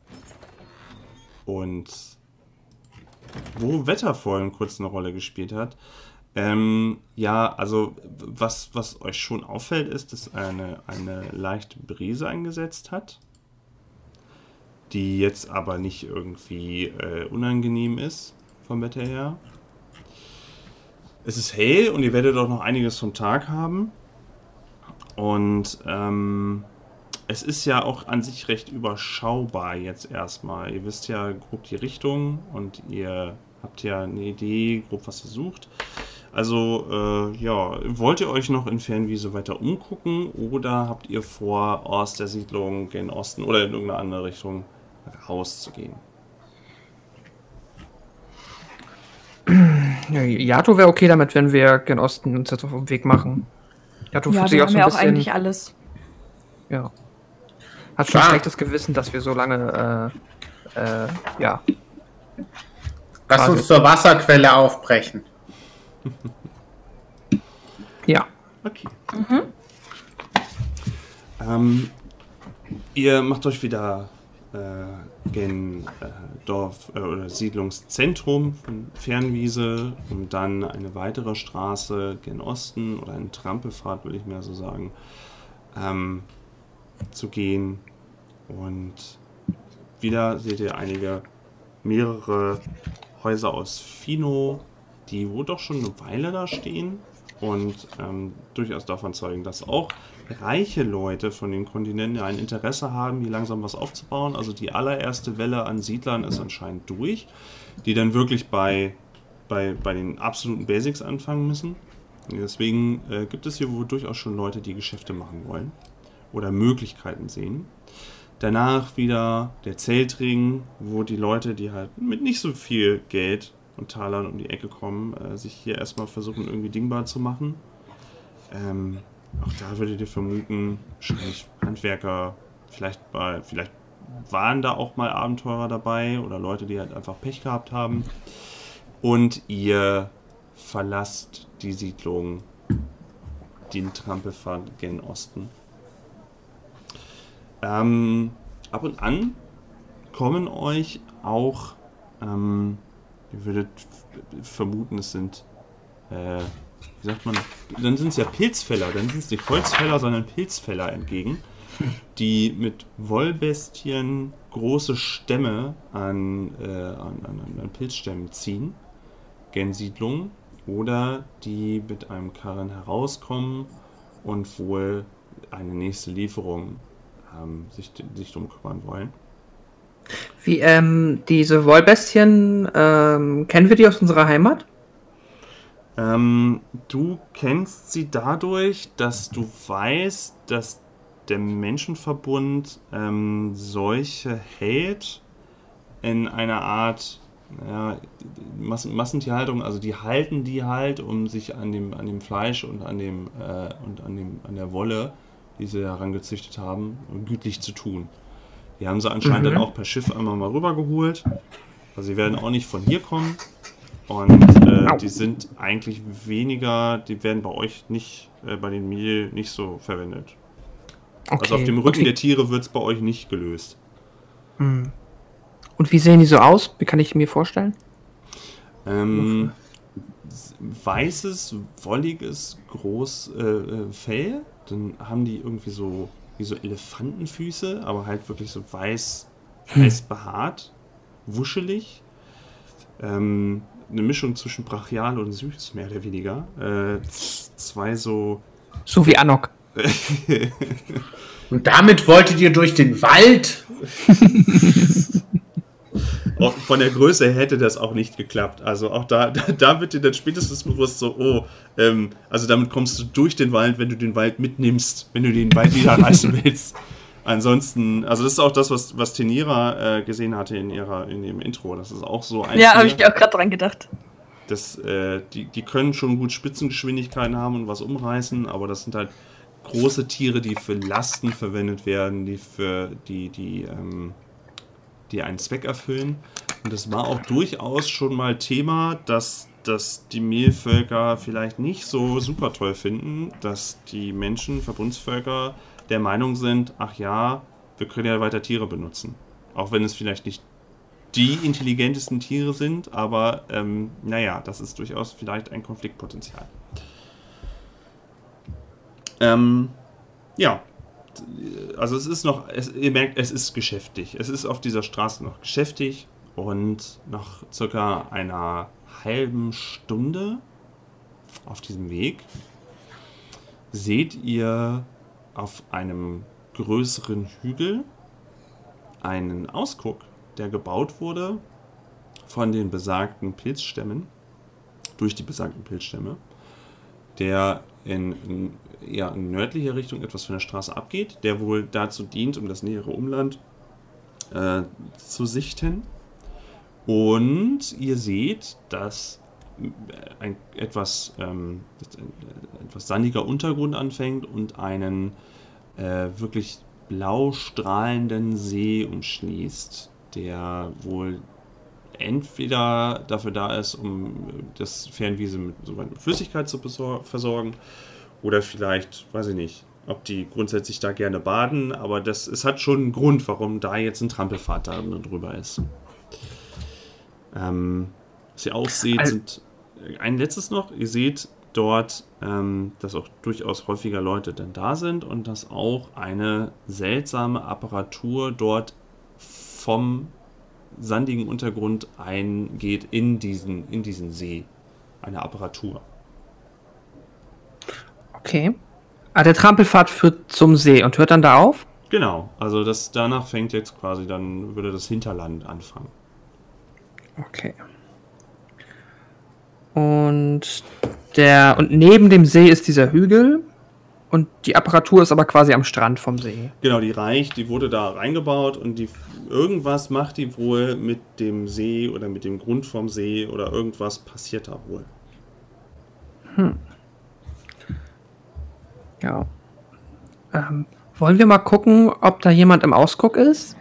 und wo Wetter vorhin kurz eine Rolle gespielt hat. Ähm, ja, also was, was euch schon auffällt, ist, dass eine, eine leichte Brise eingesetzt hat, die jetzt aber nicht irgendwie äh, unangenehm ist vom Wetter her. es ist hell und ihr werdet auch noch einiges vom Tag haben. Und ähm, es ist ja auch an sich recht überschaubar jetzt erstmal. Ihr wisst ja grob die Richtung und ihr habt ja eine Idee, grob was ihr sucht. Also, äh, ja, wollt ihr euch noch in Fernwiese weiter umgucken oder habt ihr vor, aus der Siedlung gen Osten oder in irgendeine andere Richtung rauszugehen? Ja, Yato wäre okay damit, wenn wir gen Osten uns jetzt auf den Weg machen. Yato Ja, fühlt sich wir auch haben so ja ein auch bisschen... eigentlich alles. Ja. Hat schon ein Klar. schlechtes Gewissen, dass wir so lange, äh, äh, ja. Lass Quasi. uns zur Wasserquelle aufbrechen. Ja. Okay. Ähm, ihr macht euch wieder äh, gen äh, Dorf äh, oder Siedlungszentrum von Fernwiese, um dann eine weitere Straße gen Osten oder eine Trampelfahrt, würde ich mehr so sagen, ähm, zu gehen. Und wieder seht ihr einige, mehrere Häuser aus Fino, die wohl doch schon eine Weile da stehen und ähm, durchaus davon zeugen, dass auch reiche Leute von den Kontinenten ein Interesse haben, hier langsam was aufzubauen. Also die allererste Welle an Siedlern ist anscheinend durch, die dann wirklich bei, bei, bei den absoluten Basics anfangen müssen. Und deswegen äh, gibt es hier wohl durchaus schon Leute, die Geschäfte machen wollen oder Möglichkeiten sehen. Danach wieder der Zeltring, wo die Leute, die halt mit nicht so viel Geld und Talern um die Ecke kommen, äh, sich hier erstmal versuchen, irgendwie dingbar zu machen. Ähm, auch da würdet ihr vermuten, wahrscheinlich Handwerker, vielleicht, bei, vielleicht waren da auch mal Abenteurer dabei oder Leute, die halt einfach Pech gehabt haben. Und ihr verlasst die Siedlung, den Trampelpfad gen Osten. Ähm, ab und an kommen euch auch, ähm, ihr würdet f- vermuten, es sind, äh, wie sagt man, dann sind es ja Pilzfäller, dann sind es nicht Holzfäller, sondern Pilzfäller entgegen, die mit Wollbestien große Stämme an, äh, an, an, an Pilzstämmen ziehen, gen Siedlungen, oder die mit einem Karren herauskommen und wohl eine nächste Lieferung ähm, sich, sich drum kümmern wollen. Wie, ähm, diese Wollbestien, ähm, kennen wir die aus unserer Heimat? Ähm, du kennst sie dadurch, dass du weißt, dass der Menschenverbund ähm, solche hält in einer Art ja, Massen, Massentierhaltung, also die halten die halt, um sich an dem, an dem Fleisch und an dem äh, und an dem an der Wolle, die sie herangezüchtet haben, gütlich zu tun. Die haben sie anscheinend Mhm. dann auch per Schiff einmal mal rübergeholt. Also sie werden auch nicht von hier kommen. Und äh, die sind eigentlich weniger, die werden bei euch nicht, äh, bei den Mehl nicht so verwendet. Okay. Also auf dem Und Rücken wie- der Tiere wird es bei euch nicht gelöst. Hm. Und wie sehen die so aus? Wie kann ich mir vorstellen? Ähm, s- weißes, wolliges, groß äh, äh, Fell. Dann haben die irgendwie so wie so Elefantenfüße, aber halt wirklich so weiß, weiß behaart, wuschelig. Ähm, eine Mischung zwischen brachial und süß, mehr oder weniger. Äh, z- zwei so So wie Anok. Und damit wolltet ihr durch den Wald? Auch von der Größe hätte das auch nicht geklappt. Also auch da, da, da wird dir dann spätestens bewusst so, oh, ähm, also damit kommst du durch den Wald, wenn du den Wald mitnimmst, wenn du den Wald wieder reißen willst. Ansonsten, also das ist auch das, was, was Tenira äh, gesehen hatte in ihrer in ihrem Intro. Das ist auch so ein Ja, habe Tier, ich mir auch gerade dran gedacht. das, äh, die, die können schon gut Spitzengeschwindigkeiten haben und was umreißen, aber das sind halt große Tiere, die für Lasten verwendet werden, die für die, die, ähm, die einen Zweck erfüllen. Und das war auch durchaus schon mal Thema, dass, dass die Mehlvölker vielleicht nicht so super toll finden, dass die Menschen, Verbundsvölker, der Meinung sind, ach ja, wir können ja weiter Tiere benutzen. Auch wenn es vielleicht nicht die intelligentesten Tiere sind, aber ähm, naja, das ist durchaus vielleicht ein Konfliktpotenzial. Ähm, ja, also es ist noch, es, ihr merkt, es ist geschäftig. Es ist auf dieser Straße noch geschäftig und nach circa einer halben Stunde auf diesem Weg seht ihr auf einem größeren Hügel einen Ausguck, der gebaut wurde von den besagten Pilzstämmen, durch die besagten Pilzstämme, der in, in eher in nördlicher Richtung etwas von der Straße abgeht, der wohl dazu dient, um das nähere Umland äh, zu sichten. Und ihr seht, dass ein etwas, ähm, ein etwas sandiger Untergrund anfängt und einen äh, wirklich blau strahlenden See umschließt, der wohl entweder dafür da ist, um das Fernwiese mit, so mit Flüssigkeit zu besor- versorgen, oder vielleicht, weiß ich nicht, ob die grundsätzlich da gerne baden, aber das, es hat schon einen Grund, warum da jetzt ein Trampelpfad da drüber ist. Ähm, was ihr ausseht, Also, sind ein letztes noch, ihr seht dort, ähm, dass auch durchaus häufiger Leute dann da sind und dass auch eine seltsame Apparatur dort vom sandigen Untergrund eingeht in diesen, in diesen See. Eine Apparatur. Okay. Ah, der Trampelpfad führt zum See und hört dann da auf? Genau, also das, danach fängt jetzt quasi, dann würde das Hinterland anfangen. Okay. Und der und neben dem See ist dieser Hügel und die Apparatur ist aber quasi am Strand vom See. Genau, die reicht, die wurde da reingebaut und die irgendwas macht die wohl mit dem See oder mit dem Grund vom See oder irgendwas passiert da wohl. Hm. Ja. Ähm, wollen wir mal gucken, ob da jemand im Ausguck ist?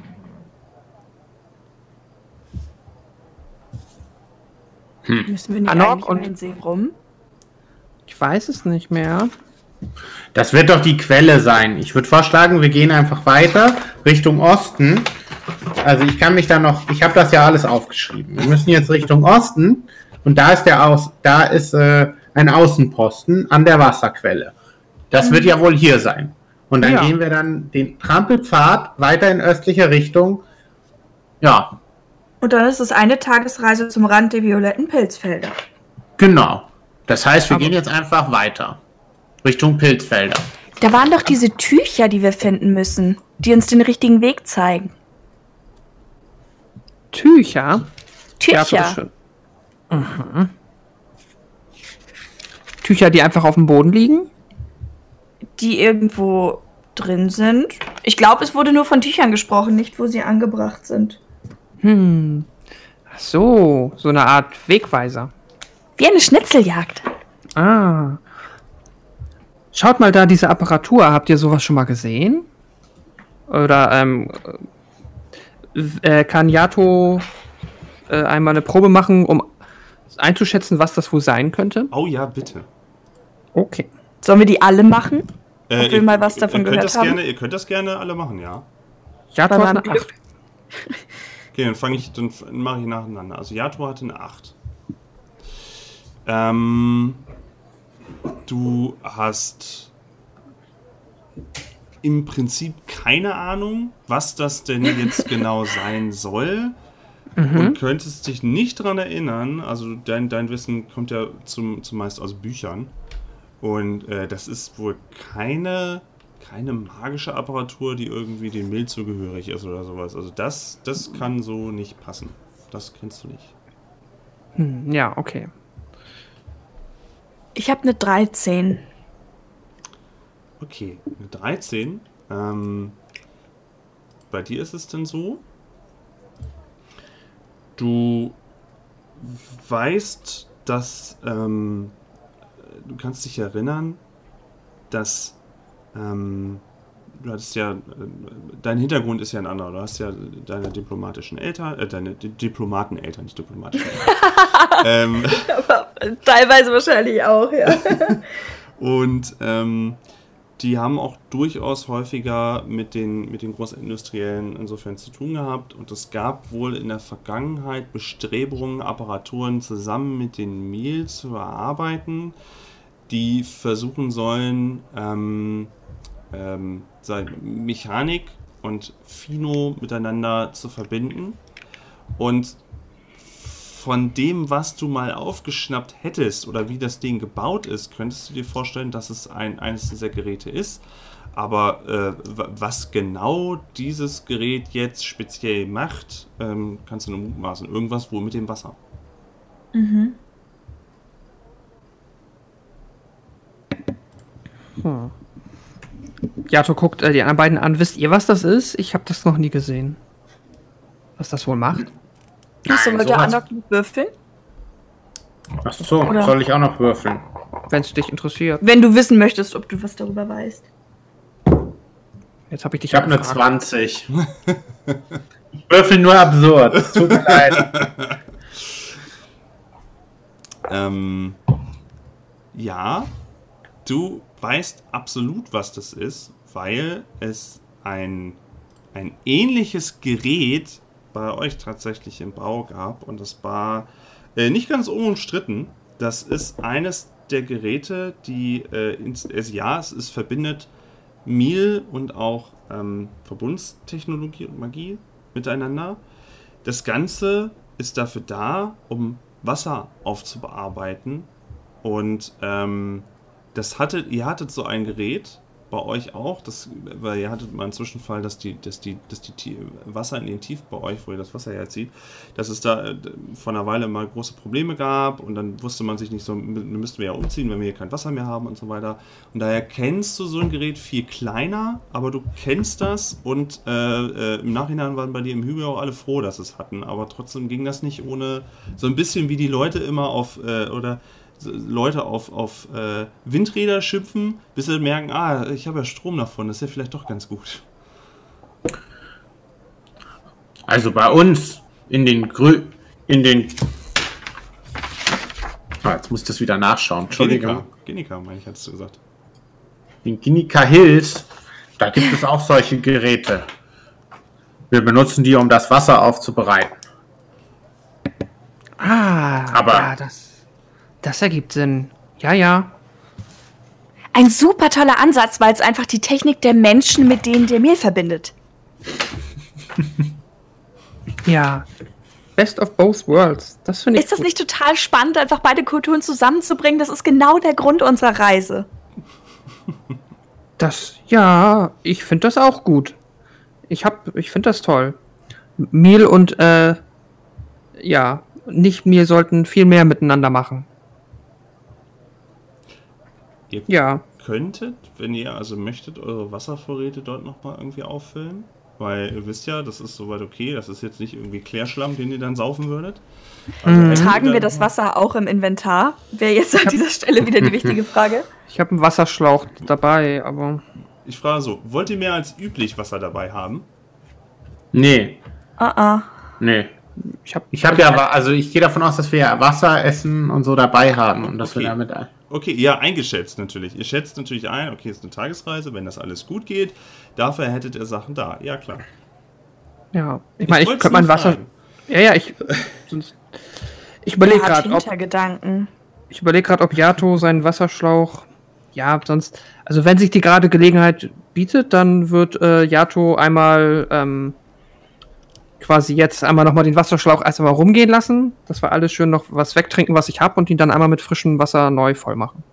Müssen wir nicht Anok eigentlich um und- den See rum? Ich weiß es nicht mehr. Das wird doch die Quelle sein. Ich würde vorschlagen, wir gehen einfach weiter Richtung Osten. Also ich kann mich da noch, ich habe das ja alles aufgeschrieben. Wir müssen jetzt Richtung Osten und da ist der Aus, da ist äh, ein Außenposten an der Wasserquelle. Das wird ja wohl hier sein. Und dann Ja. gehen wir dann den Trampelpfad weiter in östlicher Richtung. Ja, Und dann ist es eine Tagesreise zum Rand der violetten Pilzfelder. genau. Das heißt, wir Aber- gehen jetzt einfach weiter Richtung Pilzfelder. Da waren doch diese Tücher, die wir finden müssen, die uns den richtigen Weg zeigen. Tücher? Ja, Tücher. bitteschön. Mhm. Tücher, die einfach auf dem Boden liegen? Die irgendwo drin sind. Ich glaube, es wurde nur von Tüchern gesprochen, nicht wo sie angebracht sind. Hm. Ach so, so eine Art Wegweiser. Wie eine Schnitzeljagd. Ah. Schaut mal da, diese Apparatur. Habt ihr sowas schon mal gesehen? Oder ähm, äh, kann Yato äh, einmal eine Probe machen, um einzuschätzen, was das wohl sein könnte? Oh ja, bitte. Okay. Sollen wir die alle machen? Äh, Ob wir mal was davon ihr könnt gehört das haben? Gerne, ihr könnt das gerne alle machen, ja. Yato Bei hat meinem eine acht. Okay, dann fange ich, dann f- mache ich nacheinander. Also Yato hatte eine acht. Ähm, du hast im Prinzip keine Ahnung, was das denn jetzt genau sein soll. Und könntest dich nicht daran erinnern, also dein, dein Wissen kommt ja zum, zumeist aus Büchern. Und äh, das ist wohl keine, keine magische Apparatur, die irgendwie dem Mild zugehörig ist oder sowas. Also das, das kann so nicht passen. Das kennst du nicht. Hm, ja, okay. Ich habe eine dreizehn. Okay, eine dreizehn. Ähm, bei dir ist es denn so, du weißt, dass ähm, du kannst dich erinnern, dass ähm, du hattest ja, äh, dein Hintergrund ist ja ein anderer. Du hast ja deine diplomatischen Eltern, äh, deine Di- Diplomateneltern, nicht diplomatische Eltern. ähm, Teilweise wahrscheinlich auch, ja. Und ähm, die haben auch durchaus häufiger mit den, mit den Großindustriellen insofern zu tun gehabt. Und es gab wohl in der Vergangenheit Bestrebungen, Apparaturen zusammen mit den Mehl zu erarbeiten, die versuchen sollen, ähm, ähm, sei- Mechanik und Fino miteinander zu verbinden. Und von dem, was du mal aufgeschnappt hättest oder wie das Ding gebaut ist, könntest du dir vorstellen, dass es ein, eines dieser Geräte ist. Aber äh, was genau dieses Gerät jetzt speziell macht, ähm, kannst du nur mutmaßen. Irgendwas wohl mit dem Wasser. Mhm. Hm. Yato guckt äh, die anderen beiden an. Wisst ihr, was das ist? Ich habe das noch nie gesehen. Was das wohl macht? Hast du Nein, mit der sowas- anderen würfeln? Ach so, Oder- soll ich auch noch würfeln? Wenn es dich interessiert. Wenn du wissen möchtest, ob du was darüber weißt. Jetzt habe ich dich Ich habe eine gefragt. zwanzig. Ich würfel nur absurd. Es tut mir leid. Ähm, ja, du weißt absolut, was das ist, weil es ein, ein ähnliches Gerät bei euch tatsächlich im Bau gab und das war äh, nicht ganz unumstritten. Das ist eines der Geräte, die, äh, ins, also ja, es, es verbindet Mil und auch ähm, Verbundstechnologie und Magie miteinander. Das Ganze ist dafür da, um Wasser aufzubearbeiten. Und ähm, das hattet, ihr hattet so ein Gerät bei euch auch, das, weil ihr hattet mal einen Zwischenfall, dass die, dass die, dass die Tie- Wasser in den Tief bei euch, wo ihr das Wasser herzieht, dass es da äh, vor einer Weile mal große Probleme gab und dann wusste man sich nicht so, müssten wir ja umziehen, wenn wir hier kein Wasser mehr haben und so weiter. Und daher kennst du so ein Gerät viel kleiner, aber du kennst das und äh, äh, im Nachhinein waren bei dir im Hügel auch alle froh, dass sie es hatten, aber trotzdem ging das nicht ohne so ein bisschen wie die Leute immer auf, äh, oder Leute auf, auf äh, Windräder schimpfen, bis sie merken, ah, ich habe ja Strom davon, das ist ja vielleicht doch ganz gut. Also bei uns in den Grü... in den... Ah, jetzt muss ich das wieder nachschauen. Entschuldigung. Genika, Genika, meine ich, hattest du gesagt. In Ginika Hills, da gibt es auch solche Geräte. Wir benutzen die, um das Wasser aufzubereiten. Ah, Aber- ja, das, das ergibt Sinn. Ja, ja. Ein super toller Ansatz, weil es einfach die Technik der Menschen mit denen der Mehl verbindet. Ja. Best of both worlds. Das finde ich Ist das gut. nicht total spannend, einfach beide Kulturen zusammenzubringen? Das ist genau der Grund unserer Reise. Das, ja, ich finde das auch gut. Ich hab, ich finde das toll. Mehl und, äh, ja, nicht Mehl sollten viel mehr miteinander machen. Ihr Ja. könntet, wenn ihr also möchtet, eure Wasservorräte dort nochmal irgendwie auffüllen. Weil ihr wisst ja, das ist soweit okay, das ist jetzt nicht irgendwie Klärschlamm, den ihr dann saufen würdet. Also Mhm. hättet ihr Tragen wir dann das noch- Wasser auch im Inventar? Wäre jetzt an dieser Stelle wieder die wichtige Frage. Ich habe einen Wasserschlauch dabei, aber Ich frage so, wollt ihr mehr als üblich Wasser dabei haben? Nee, Ah, ah. nee. ich habe Ich habe ja, wa- also ich gehe davon aus, dass wir ja Wasser, Essen und so dabei haben und dass Okay. wir damit ein- Okay, ja, eingeschätzt natürlich. Ihr schätzt natürlich ein, okay, es ist eine Tagesreise, wenn das alles gut geht. Dafür hättet ihr Sachen da. Ja, klar. ja, ich meine, ich wollt's könnte mein nur Wasser. fragen. Ja, ja, ich. sonst- Ich überlege Er hat gerade, ob Hintergedanken. ich überlege gerade, ob Yato seinen Wasserschlauch. Ja, sonst. Also wenn sich die gerade Gelegenheit bietet, dann wird äh, Yato einmal ähm, quasi jetzt einmal nochmal den Wasserschlauch erst einmal rumgehen lassen. Das war alles schön noch was wegtrinken, was ich habe, und ihn dann einmal mit frischem Wasser neu voll machen.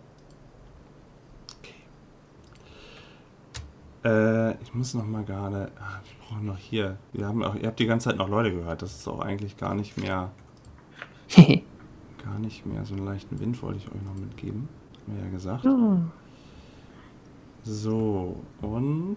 Äh, ich muss noch mal gerade. Ah, wir brauchen noch hier. Wir haben auch, ihr habt die ganze Zeit noch Leute gehört. Das ist auch eigentlich gar nicht mehr. Gar nicht mehr. So einen leichten Wind wollte ich euch noch mitgeben. Haben wir ja gesagt. So, und.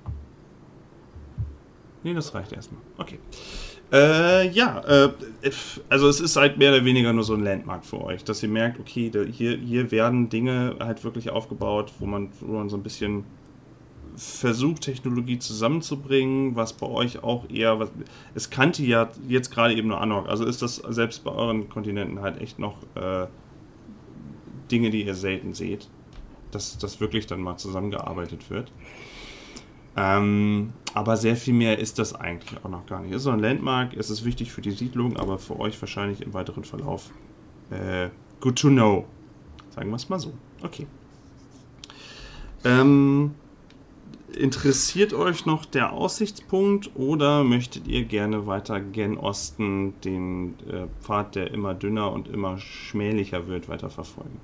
Nee, das reicht erstmal. Okay. Äh, ja, äh, also es ist halt mehr oder weniger nur so ein Landmark für euch, dass ihr merkt, okay, da, hier, hier werden Dinge halt wirklich aufgebaut, wo man, wo man so ein bisschen versucht, Technologie zusammenzubringen, was bei euch auch eher, was, es kannte ja jetzt gerade eben nur Anok, also ist das selbst bei euren Kontinenten halt echt noch äh, Dinge, die ihr selten seht, dass das wirklich dann mal zusammengearbeitet wird. Ähm, aber sehr viel mehr ist das eigentlich auch noch gar nicht. Es ist so ein Landmark, es ist wichtig für die Siedlung, aber für euch wahrscheinlich im weiteren Verlauf äh, good to know. Sagen wir es mal so. Okay. Ähm, interessiert euch noch der Aussichtspunkt oder möchtet ihr gerne weiter gen Osten den äh, Pfad, der immer dünner und immer schmählicher wird, weiter verfolgen?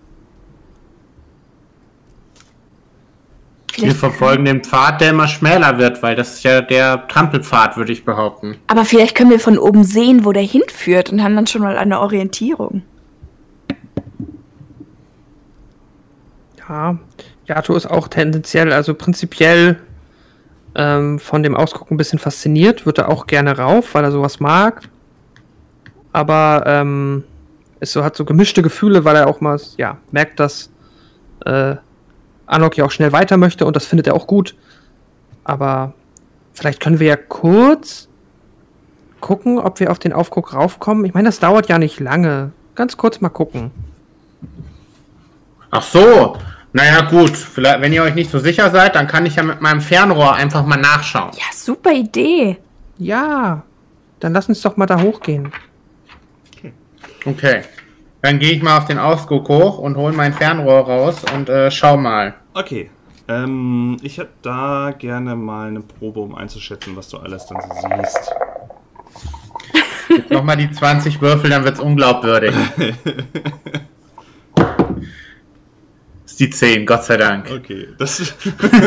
Wir verfolgen den Pfad, der immer schmäler wird, weil das ist ja der Trampelpfad, würde ich behaupten. Aber vielleicht können wir von oben sehen, wo der hinführt und haben dann schon mal eine Orientierung. Ja, Yato ist auch tendenziell, also prinzipiell ähm, von dem Ausguck ein bisschen fasziniert, wird er auch gerne rauf, weil er sowas mag. Aber ähm, ist so, hat so gemischte Gefühle, weil er auch mal ja, merkt, dass äh, Anok ja auch schnell weiter möchte und das findet er auch gut. Aber vielleicht können wir ja kurz gucken, ob wir auf den Aufguck raufkommen. Ich meine, das dauert ja nicht lange. Ganz kurz mal gucken. Ach so, naja gut, vielleicht, wenn ihr euch nicht so sicher seid, dann kann ich ja mit meinem Fernrohr einfach mal nachschauen. Ja, super Idee. Ja, dann lass uns doch mal da hochgehen. Okay, dann gehe ich mal auf den Ausguck hoch und hole mein Fernrohr raus und äh, schau mal. Okay, ähm, ich hätte da gerne mal eine Probe, um einzuschätzen, was du alles dann so siehst. Jetzt nochmal die zwanzig Würfel, dann wird's unglaubwürdig. Ist die zehn, Gott sei Dank. Okay, das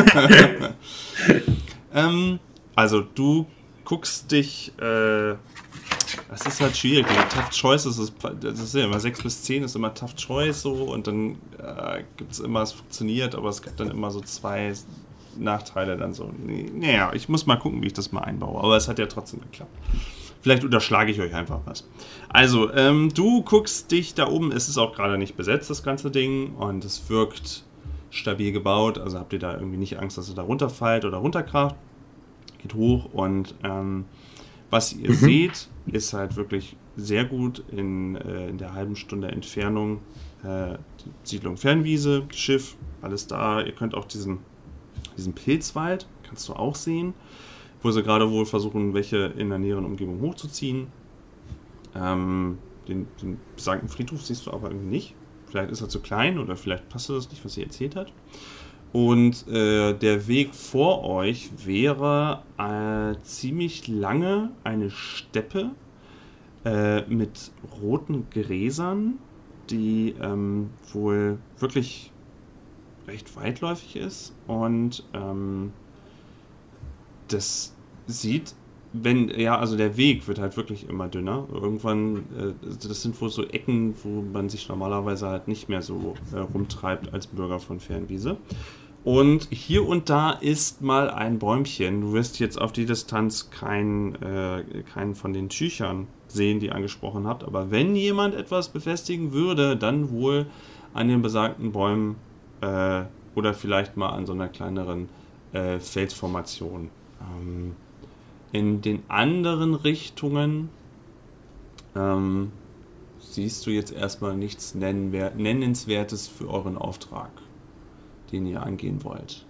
ähm, also du guckst dich, äh, das ist halt schwierig, mit Tough Choice ist es, das ist ja immer sechs bis zehn ist immer Tough Choice so und dann äh, gibt es immer, es funktioniert, aber es gibt dann immer so zwei Nachteile dann so. Naja, ich muss mal gucken, wie ich das mal einbaue, aber es hat ja trotzdem geklappt. Vielleicht unterschlage ich euch einfach was. Also, ähm, du guckst dich da oben, es ist auch gerade nicht besetzt, das ganze Ding, und es wirkt stabil gebaut, also habt ihr da irgendwie nicht Angst, dass ihr da runterfallt oder runterkracht. Geht hoch und ähm, was ihr mhm. seht, ist halt wirklich sehr gut in, äh, in der halben Stunde Entfernung äh, die Siedlung Fernwiese, Schiff, alles da. Ihr könnt auch diesen, diesen Pilzwald, kannst du auch sehen, wo sie gerade wohl versuchen, welche in der näheren Umgebung hochzuziehen. Ähm, den, den besagten Friedhof siehst du aber irgendwie nicht. Vielleicht ist er zu klein oder vielleicht passt das nicht, was sie erzählt hat. Und äh, der Weg vor euch wäre äh, ziemlich lange eine Steppe äh, mit roten Gräsern, die ähm, wohl wirklich recht weitläufig ist. Und ähm, das sieht, wenn, ja, also der Weg wird halt wirklich immer dünner. Irgendwann, äh, das sind wohl so Ecken, wo man sich normalerweise halt nicht mehr so äh, rumtreibt als Bürger von Fernwiese. Und hier und da ist mal ein Bäumchen. Du wirst jetzt auf die Distanz keinen äh, keinen von den Tüchern sehen, die ihr angesprochen habt. Aber wenn jemand etwas befestigen würde, dann wohl an den besagten Bäumen äh, oder vielleicht mal an so einer kleineren äh, Felsformation. Ähm, in den anderen Richtungen ähm, siehst du jetzt erstmal nichts Nennenwer- Nennenswertes für euren Auftrag, den ihr angehen wollt.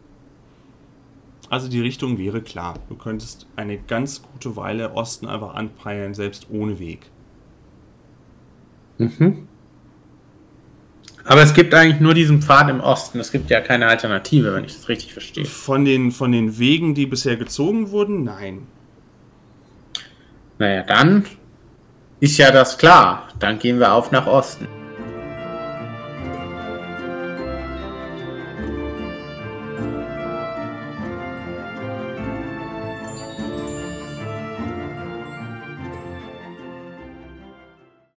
Also die Richtung wäre klar. Du könntest eine ganz gute Weile Osten einfach anpeilen, selbst ohne Weg. Mhm. Aber es gibt eigentlich nur diesen Pfad im Osten. Es gibt ja keine Alternative, wenn ich das richtig verstehe. Von den, von den Wegen, die bisher gezogen wurden, nein. Naja, dann ist ja das klar. Dann gehen wir auf nach Osten.